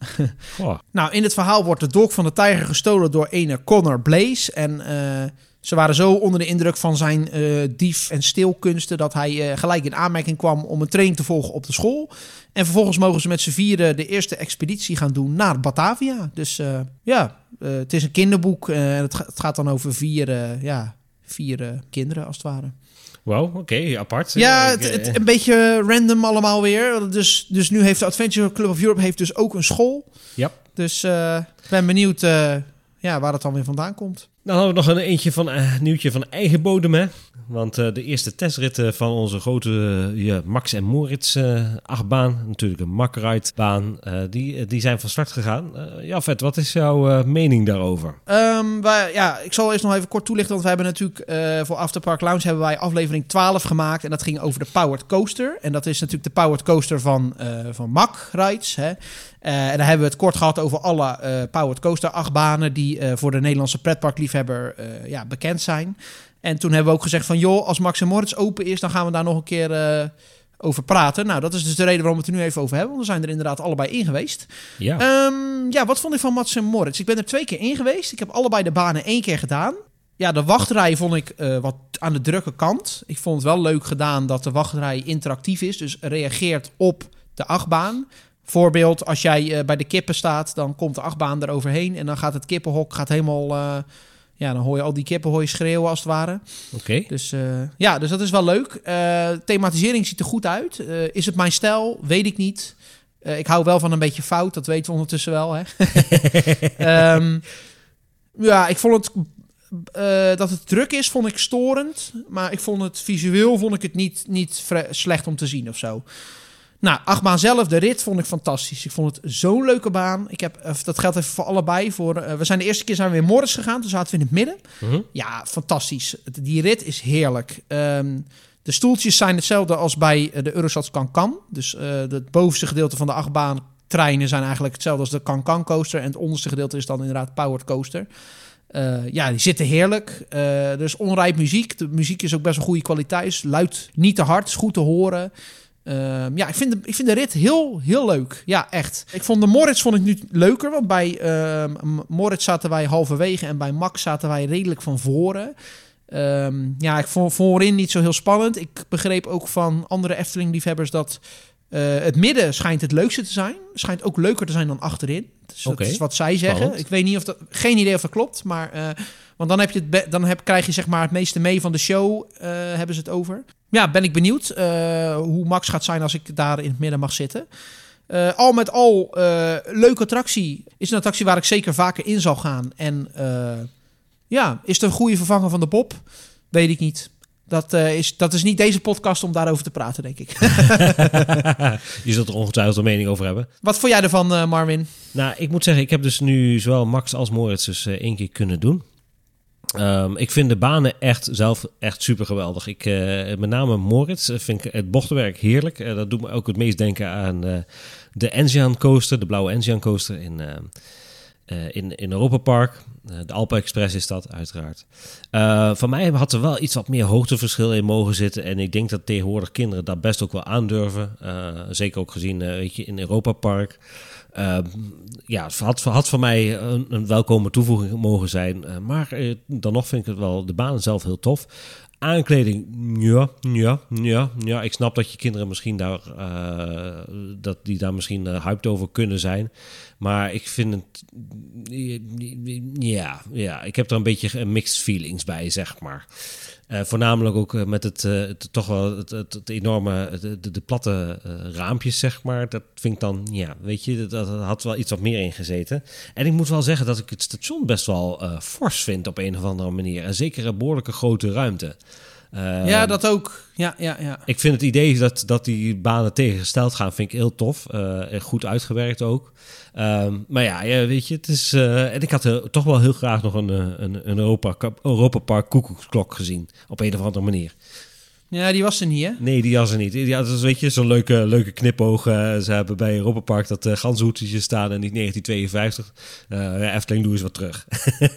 Speaker 1: Oh. Nou, in het verhaal wordt de dolk van de tijger gestolen door ene Connor Blaze. En uh, ze waren zo onder de indruk van zijn uh, dief- en steelkunsten dat hij uh, gelijk in aanmerking kwam om een training te volgen op de school. En vervolgens mogen ze met z'n vieren de eerste expeditie gaan doen naar Batavia. Dus uh, ja, uh, het is een kinderboek. En uh, het, ga- het gaat dan over vier, uh, ja, vier uh, kinderen als het ware.
Speaker 2: Wow, oké, okay, apart.
Speaker 1: Ja, het, het, een beetje random allemaal weer. Dus, dus nu heeft de Adventure Club of Europe heeft dus ook een school.
Speaker 2: Ja.
Speaker 1: Dus ik uh, ben benieuwd uh, ja, waar het dan weer vandaan komt.
Speaker 2: Dan hadden we nog een eentje van een uh, nieuwtje van eigen bodem, hè? Want uh, de eerste testritten van onze grote uh, ja, Max en Moritz uh, achtbaan, natuurlijk een Mack-Ride-baan, uh, die, die zijn van start gegaan. Uh, Jafet, wat is jouw uh, mening daarover?
Speaker 1: Um, wij, ja, ik zal eerst nog even kort toelichten, want we hebben natuurlijk uh, voor Afterpark Lounge hebben wij aflevering twaalf gemaakt en dat ging over de Powered Coaster. En dat is natuurlijk de Powered Coaster van, uh, van Mack-Rides, hè. Uh, en daar hebben we het kort gehad over alle uh, Powered Coaster achtbanen die uh, voor de Nederlandse pretparkliefhebber uh, ja, bekend zijn. En toen hebben we ook gezegd van joh, als Max en Moritz open is, dan gaan we daar nog een keer uh, over praten. Nou, dat is dus de reden waarom we het er nu even over hebben. Want we zijn er inderdaad allebei in geweest.
Speaker 2: Ja.
Speaker 1: Um, ja, wat vond ik van Max en Moritz? Ik ben er twee keer in geweest. Ik heb allebei de banen één keer gedaan. Ja, de wachtrij vond ik uh, wat aan de drukke kant. Ik vond het wel leuk gedaan dat de wachtrij interactief is. Dus reageert op de achtbaan. Voorbeeld, als jij uh, bij de kippen staat, dan komt de achtbaan eroverheen. En dan gaat het kippenhok gaat helemaal... Uh, ja, dan hoor je al die kippen hoor je schreeuwen als het ware.
Speaker 2: Oké. Okay.
Speaker 1: Dus uh, ja, dus dat is wel leuk. Uh, thematisering ziet er goed uit. Uh, is het mijn stijl? Weet ik niet. Uh, ik hou wel van een beetje fout. Dat weten we ondertussen wel. Hè? um, ja, ik vond het... Uh, dat het druk is, vond ik storend. Maar ik vond het visueel vond ik het niet, niet vre- slecht om te zien of zo. Nou, achtbaan zelf, de rit vond ik fantastisch. Ik vond het zo'n leuke baan. Ik heb, dat geldt even voor allebei. Voor, uh, we zijn de eerste keer zijn we in Moritz gegaan. Toen zaten we in het midden. Mm-hmm. Ja, fantastisch. Die rit is heerlijk. Um, de stoeltjes zijn hetzelfde als bij de Eurosats Can-Can. Dus uh, het bovenste gedeelte van de achtbaan treinen zijn eigenlijk hetzelfde als de Can-Can coaster. En het onderste gedeelte is dan inderdaad Powered Coaster. Uh, ja, die zitten heerlijk. Uh, er is onrijp muziek. De muziek is ook best wel goede kwaliteit. Luid, niet te hard, is goed te horen. Uh, ja, ik vind, de, ik vind de rit heel, heel leuk. Ja, echt. Ik vond de Moritz vond ik nu leuker. Want bij uh, Moritz zaten wij halverwege en bij Max zaten wij redelijk van voren. Um, ja, ik vond voorin niet zo heel spannend. Ik begreep ook van andere Efteling-liefhebbers dat Uh, het midden schijnt het leukste te zijn. Schijnt ook leuker te zijn dan achterin. Dus
Speaker 2: okay.
Speaker 1: Dat is wat zij zeggen.
Speaker 2: Spannend.
Speaker 1: Ik weet niet of dat... Geen idee of dat klopt. Maar, uh, want dan, heb je het be- dan heb, krijg je zeg maar het meeste mee van de show. Uh, hebben ze het over. Ja, ben ik benieuwd uh, hoe Max gaat zijn als ik daar in het midden mag zitten. Uh, al met al, uh, leuke attractie. Is een attractie waar ik zeker vaker in zal gaan. En uh, ja, is het een goede vervanger van de Bob? Weet ik niet. Dat, uh, is, dat is niet deze podcast om daarover te praten, denk ik.
Speaker 2: Je zult er ongetwijfeld een mening over hebben.
Speaker 1: Wat vond jij ervan, uh, Marvin?
Speaker 2: Nou, ik moet zeggen, ik heb dus nu zowel Max als Moritz dus uh, één keer kunnen doen. Um, ik vind de banen echt zelf echt super geweldig. Ik, uh, met name Moritz vind ik het bochtenwerk heerlijk. Uh, dat doet me ook het meest denken aan uh, de Enzian Coaster, de blauwe Enzian Coaster in... Uh, Uh, in, in Europa Park. Uh, de Alpen Express is dat, uiteraard. Uh, van mij had er wel iets wat meer hoogteverschil in mogen zitten. En ik denk dat tegenwoordig kinderen dat best ook wel aandurven. Uh, zeker ook gezien uh, weet je, in Europa Park. Uh, ja, het had, had voor mij een, een welkome toevoeging mogen zijn. Uh, maar uh, dan nog vind ik het wel de baan zelf heel tof. Aankleding, ja, ja, ja, ja. Ik snap dat je kinderen misschien daar, uh, dat die daar misschien uh, hyped over kunnen zijn. Maar ik vind het, ja, ja, ik heb er een beetje mixed feelings bij, zeg maar. Uh, voornamelijk ook uh, met het, uh, het toch wel het, het, het enorme, de, de, de platte uh, raampjes, zeg maar. Dat vind ik dan, ja, weet je, dat, dat had wel iets wat meer in gezeten. En ik moet wel zeggen dat ik het station best wel uh, fors vind op een of andere manier. En zeker een behoorlijke grote ruimte. Uh,
Speaker 1: ja, dat ook. Ja, ja, ja.
Speaker 2: Ik vind het idee dat, dat die banen tegengesteld gaan, vind ik heel tof. Uh, goed uitgewerkt ook. Um, maar ja, ja, weet je, het is... Uh, en ik had uh, toch wel heel graag nog een, een, een Europa, Europa Park koekoeksklok gezien. Op een of andere manier.
Speaker 1: Ja, die was er niet, hè?
Speaker 2: Nee, die was er niet. Ja, dat is, weet je, zo'n leuke, leuke knipoog. Uh, ze hebben bij Europa Park dat uh, ganzenhoedje staan en niet negentien tweeënvijftig. Uh, Efteling, doe eens wat terug.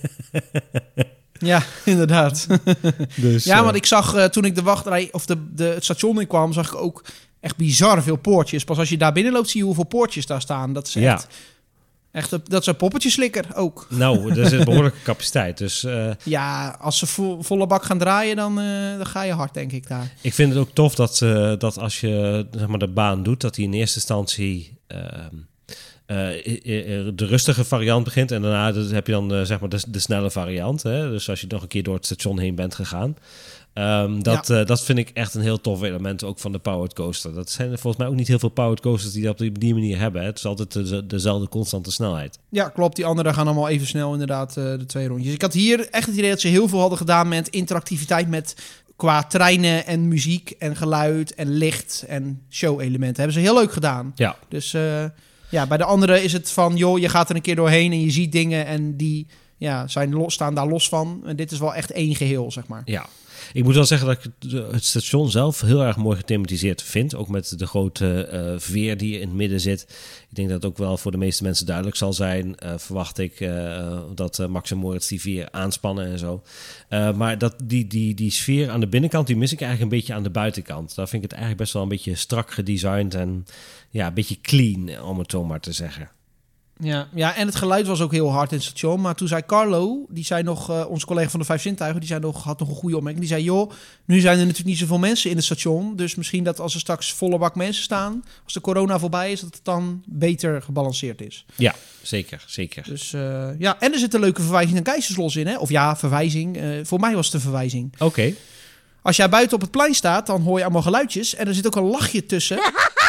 Speaker 1: Ja, inderdaad.
Speaker 2: Dus,
Speaker 1: ja,
Speaker 2: uh,
Speaker 1: want ik zag uh, toen ik de wachtrij of de, de, het station in kwam, zag ik ook echt bizar veel poortjes. Pas als je daar binnen loopt, zie je hoeveel poortjes daar staan. Dat is echt,
Speaker 2: ja.
Speaker 1: echt dat is een poppetjeslikker ook.
Speaker 2: Nou, er zit behoorlijke capaciteit. Dus, uh,
Speaker 1: ja, als ze vo, volle bak gaan draaien, dan, uh, dan ga je hard, denk ik, daar.
Speaker 2: Ik vind het ook tof dat, uh, dat als je zeg maar, de baan doet, dat die in eerste instantie... Uh, Uh, de rustige variant begint en daarna heb je dan uh, zeg maar de, de snelle variant. Hè? Dus als je nog een keer door het station heen bent gegaan. Um, dat, ja. uh, dat vind ik echt een heel tof element ook van de powered coaster. Dat zijn er volgens mij ook niet heel veel powered coasters die dat op die, die manier hebben. Hè? Het is altijd de, dezelfde constante snelheid.
Speaker 1: Ja, klopt. Die anderen gaan allemaal even snel inderdaad uh, de twee rondjes. Ik had hier echt het idee dat ze heel veel hadden gedaan met interactiviteit met... qua treinen en muziek en geluid en licht en show-elementen. Hebben ze heel leuk gedaan.
Speaker 2: Ja.
Speaker 1: Dus... Uh, Ja, bij de andere is het van, joh, je gaat er een keer doorheen en je ziet dingen en die ja, zijn los, staan daar los van. En dit is wel echt één geheel, zeg maar.
Speaker 2: Ja, ik moet wel zeggen dat ik het station zelf heel erg mooi gethematiseerd vind. Ook met de grote uh, veer die in het midden zit. Ik denk dat het ook wel voor de meeste mensen duidelijk zal zijn. Uh, verwacht ik uh, dat uh, Max en Moritz die veer aanspannen en zo. Uh, maar dat, die, die, die sfeer aan de binnenkant, die mis ik eigenlijk een beetje aan de buitenkant. Daar vind ik het eigenlijk best wel een beetje strak gedesigned en ja, een beetje clean, om het zo maar te zeggen.
Speaker 1: Ja, ja, en het geluid was ook heel hard in het station. Maar toen zei Carlo, die zei nog, uh, onze collega van de Vijf Zintuigen, die zei nog, had nog een goede opmerking. Die zei, joh, nu zijn er natuurlijk niet zoveel mensen in het station. Dus misschien dat als er straks volle bak mensen staan, als de corona voorbij is, dat het dan beter gebalanceerd is.
Speaker 2: Ja, zeker, zeker.
Speaker 1: Dus uh, ja, en er zit een leuke verwijzing naar Keizerslos in, hè? Of ja, verwijzing. Uh, voor mij was het een verwijzing.
Speaker 2: Oké. Okay.
Speaker 1: Als jij buiten op het plein staat, dan hoor je allemaal geluidjes. En er zit ook een lachje tussen.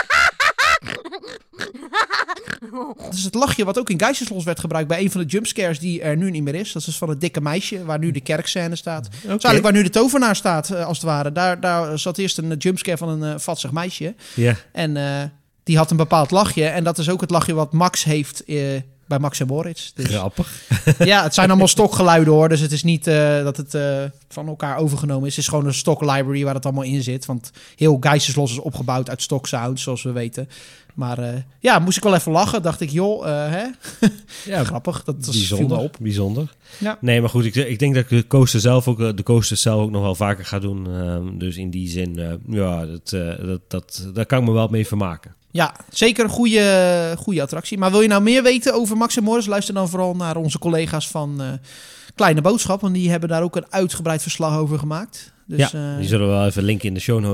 Speaker 1: Dat is het lachje wat ook in Keizerslos werd gebruikt bij een van de jumpscares die er nu niet meer is. Dat is van het dikke meisje, waar nu de kerkscène staat. Okay. Dat is eigenlijk waar nu de tovenaar staat, als het ware. Daar, daar zat eerst een jumpscare van een uh, vatzig meisje.
Speaker 2: Yeah.
Speaker 1: En uh, die had een bepaald lachje. En dat is ook het lachje wat Max heeft uh, bij Max en Moritz. Dus,
Speaker 2: grappig.
Speaker 1: Ja, het zijn allemaal stokgeluiden hoor. Dus het is niet uh, dat het uh, van elkaar overgenomen is. Het is gewoon een stock library waar het allemaal in zit. Want heel Keizerslos is opgebouwd uit stock sounds, zoals we weten. Maar uh, ja, moest ik wel even lachen. Dacht ik, joh, uh, hè? Ja, grappig. Dat was
Speaker 2: bijzonder,
Speaker 1: op.
Speaker 2: Bijzonder.
Speaker 1: Ja.
Speaker 2: Nee, maar goed, ik, ik denk dat ik de coaster zelf ook, de coasters zelf ook nog wel vaker ga doen. Uh, dus in die zin, uh, ja, dat, uh, dat, dat, daar kan ik me wel mee vermaken.
Speaker 1: Ja, zeker een goede, goede attractie. Maar wil je nou meer weten over Max en Moritz? Luister dan vooral naar onze collega's van uh, Kleine Boodschap. Want die hebben daar ook een uitgebreid verslag over gemaakt. Dus,
Speaker 2: ja,
Speaker 1: uh,
Speaker 2: die zullen we wel even linken in de show notes.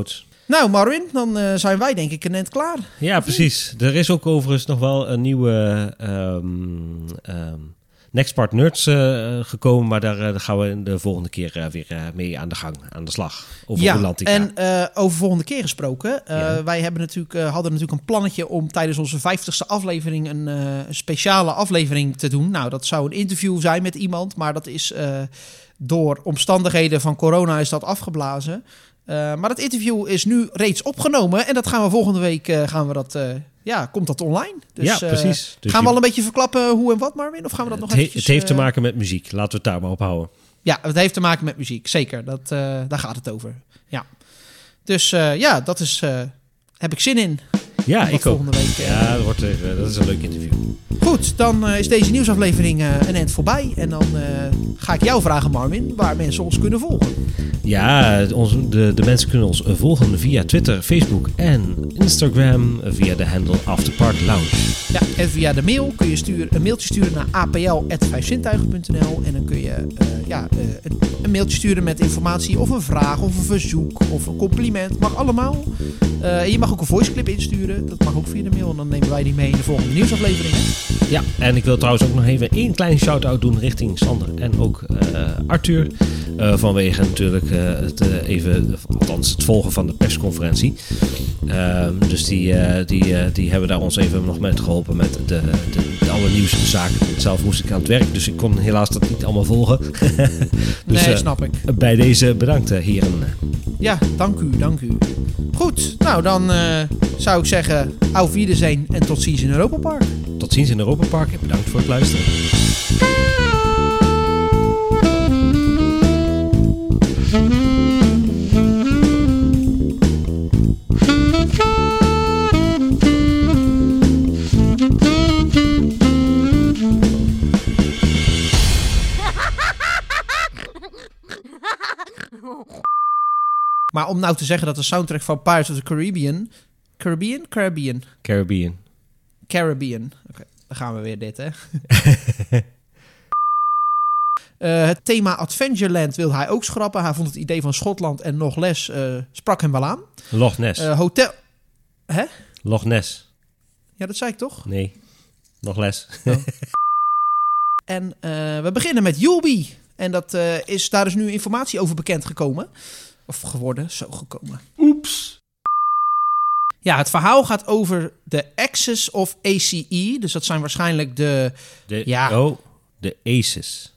Speaker 1: Nou, Marvin, dan uh, zijn wij denk ik een eind klaar.
Speaker 2: Ja, precies. Er is ook overigens nog wel een nieuwe um, um, Nextpart Nerds uh, gekomen, maar daar, uh, daar gaan we de volgende keer uh, weer uh, mee aan de gang, aan de slag. Over
Speaker 1: ja,
Speaker 2: Rolantica.
Speaker 1: En uh, over volgende keer gesproken. Uh,
Speaker 2: ja.
Speaker 1: Wij hebben natuurlijk, uh, hadden natuurlijk een plannetje om tijdens onze vijftigste aflevering een uh, speciale aflevering te doen. Nou, dat zou een interview zijn met iemand, maar dat is uh, door omstandigheden van corona is dat afgeblazen. Uh, maar dat interview is nu reeds opgenomen en dat gaan we volgende week uh, gaan we dat, uh, ja, komt dat online. Dus,
Speaker 2: ja, precies.
Speaker 1: Uh,
Speaker 2: dus
Speaker 1: gaan we
Speaker 2: je...
Speaker 1: al een beetje verklappen hoe en wat, Marvin? Of gaan we dat nog
Speaker 2: het,
Speaker 1: eventjes,
Speaker 2: het heeft te
Speaker 1: uh...
Speaker 2: maken met muziek. Laten we het daar maar op houden.
Speaker 1: Ja, het heeft te maken met muziek. Zeker. Dat, uh, daar gaat het over. Ja. Dus uh, ja, dat is, uh, heb ik zin in.
Speaker 2: Ja, ik ook.
Speaker 1: Volgende week, uh...
Speaker 2: Ja, dat, wordt, uh, dat is een leuk interview.
Speaker 1: Goed, dan uh, is deze nieuwsaflevering uh, een eind voorbij. En dan uh, ga ik jou vragen, Marvin, waar mensen ons kunnen volgen.
Speaker 2: Ja, onze, de, de mensen kunnen ons volgen via Twitter, Facebook en Instagram via de handle Afterpark Lounge.
Speaker 1: Ja, en via de mail kun je sturen, een mailtje sturen naar a p l at vijf zintuigen punt n l en dan kun je uh, ja, uh, een, een mailtje sturen met informatie of een vraag of een verzoek of een compliment. Mag allemaal. Uh, en je mag ook een voiceclip insturen. Dat mag ook via de mail en dan nemen wij die mee in de volgende nieuwsaflevering.
Speaker 2: Ja, en ik wil trouwens ook nog even één kleine shout-out doen richting Sander en ook uh, Arthur. Uh, vanwege natuurlijk uh, het, uh, even, althans het volgen van de persconferentie. Uh, dus die, uh, die, uh, die hebben daar ons even nog met geholpen met de, de, de alle nieuwszaken. Zelf moest ik aan het werk, dus ik kon helaas dat niet allemaal volgen. dus,
Speaker 1: nee, snap ik.
Speaker 2: Uh, bij deze bedankt, uh, heren.
Speaker 1: Ja, dank u, dank u. Goed, nou dan uh, zou ik zeggen, auf Wiedersehen en tot ziens in Europa Park.
Speaker 2: Tot ziens in Europa Park en bedankt voor het luisteren.
Speaker 1: Maar om nou te zeggen dat de soundtrack van Pirates of the Caribbean... Caribbean? Caribbean.
Speaker 2: Caribbean.
Speaker 1: Caribbean. Oké, okay, dan gaan we weer dit, hè. uh, het thema Adventureland wilde hij ook schrappen. Hij vond het idee van Schotland en nog les uh, sprak hem wel aan.
Speaker 2: Loch Ness.
Speaker 1: Uh, hotel... Hè?
Speaker 2: Loch Ness.
Speaker 1: Ja, dat zei ik toch?
Speaker 2: Nee, nog les.
Speaker 1: Oh. En uh, we beginnen met Yulby. En dat, uh, is, daar is nu informatie over bekend gekomen. Of geworden, zo gekomen.
Speaker 2: Oeps.
Speaker 1: Ja, het verhaal gaat over de Axis of A C E. Dus dat zijn waarschijnlijk de...
Speaker 2: de
Speaker 1: ja,
Speaker 2: oh, de Aces.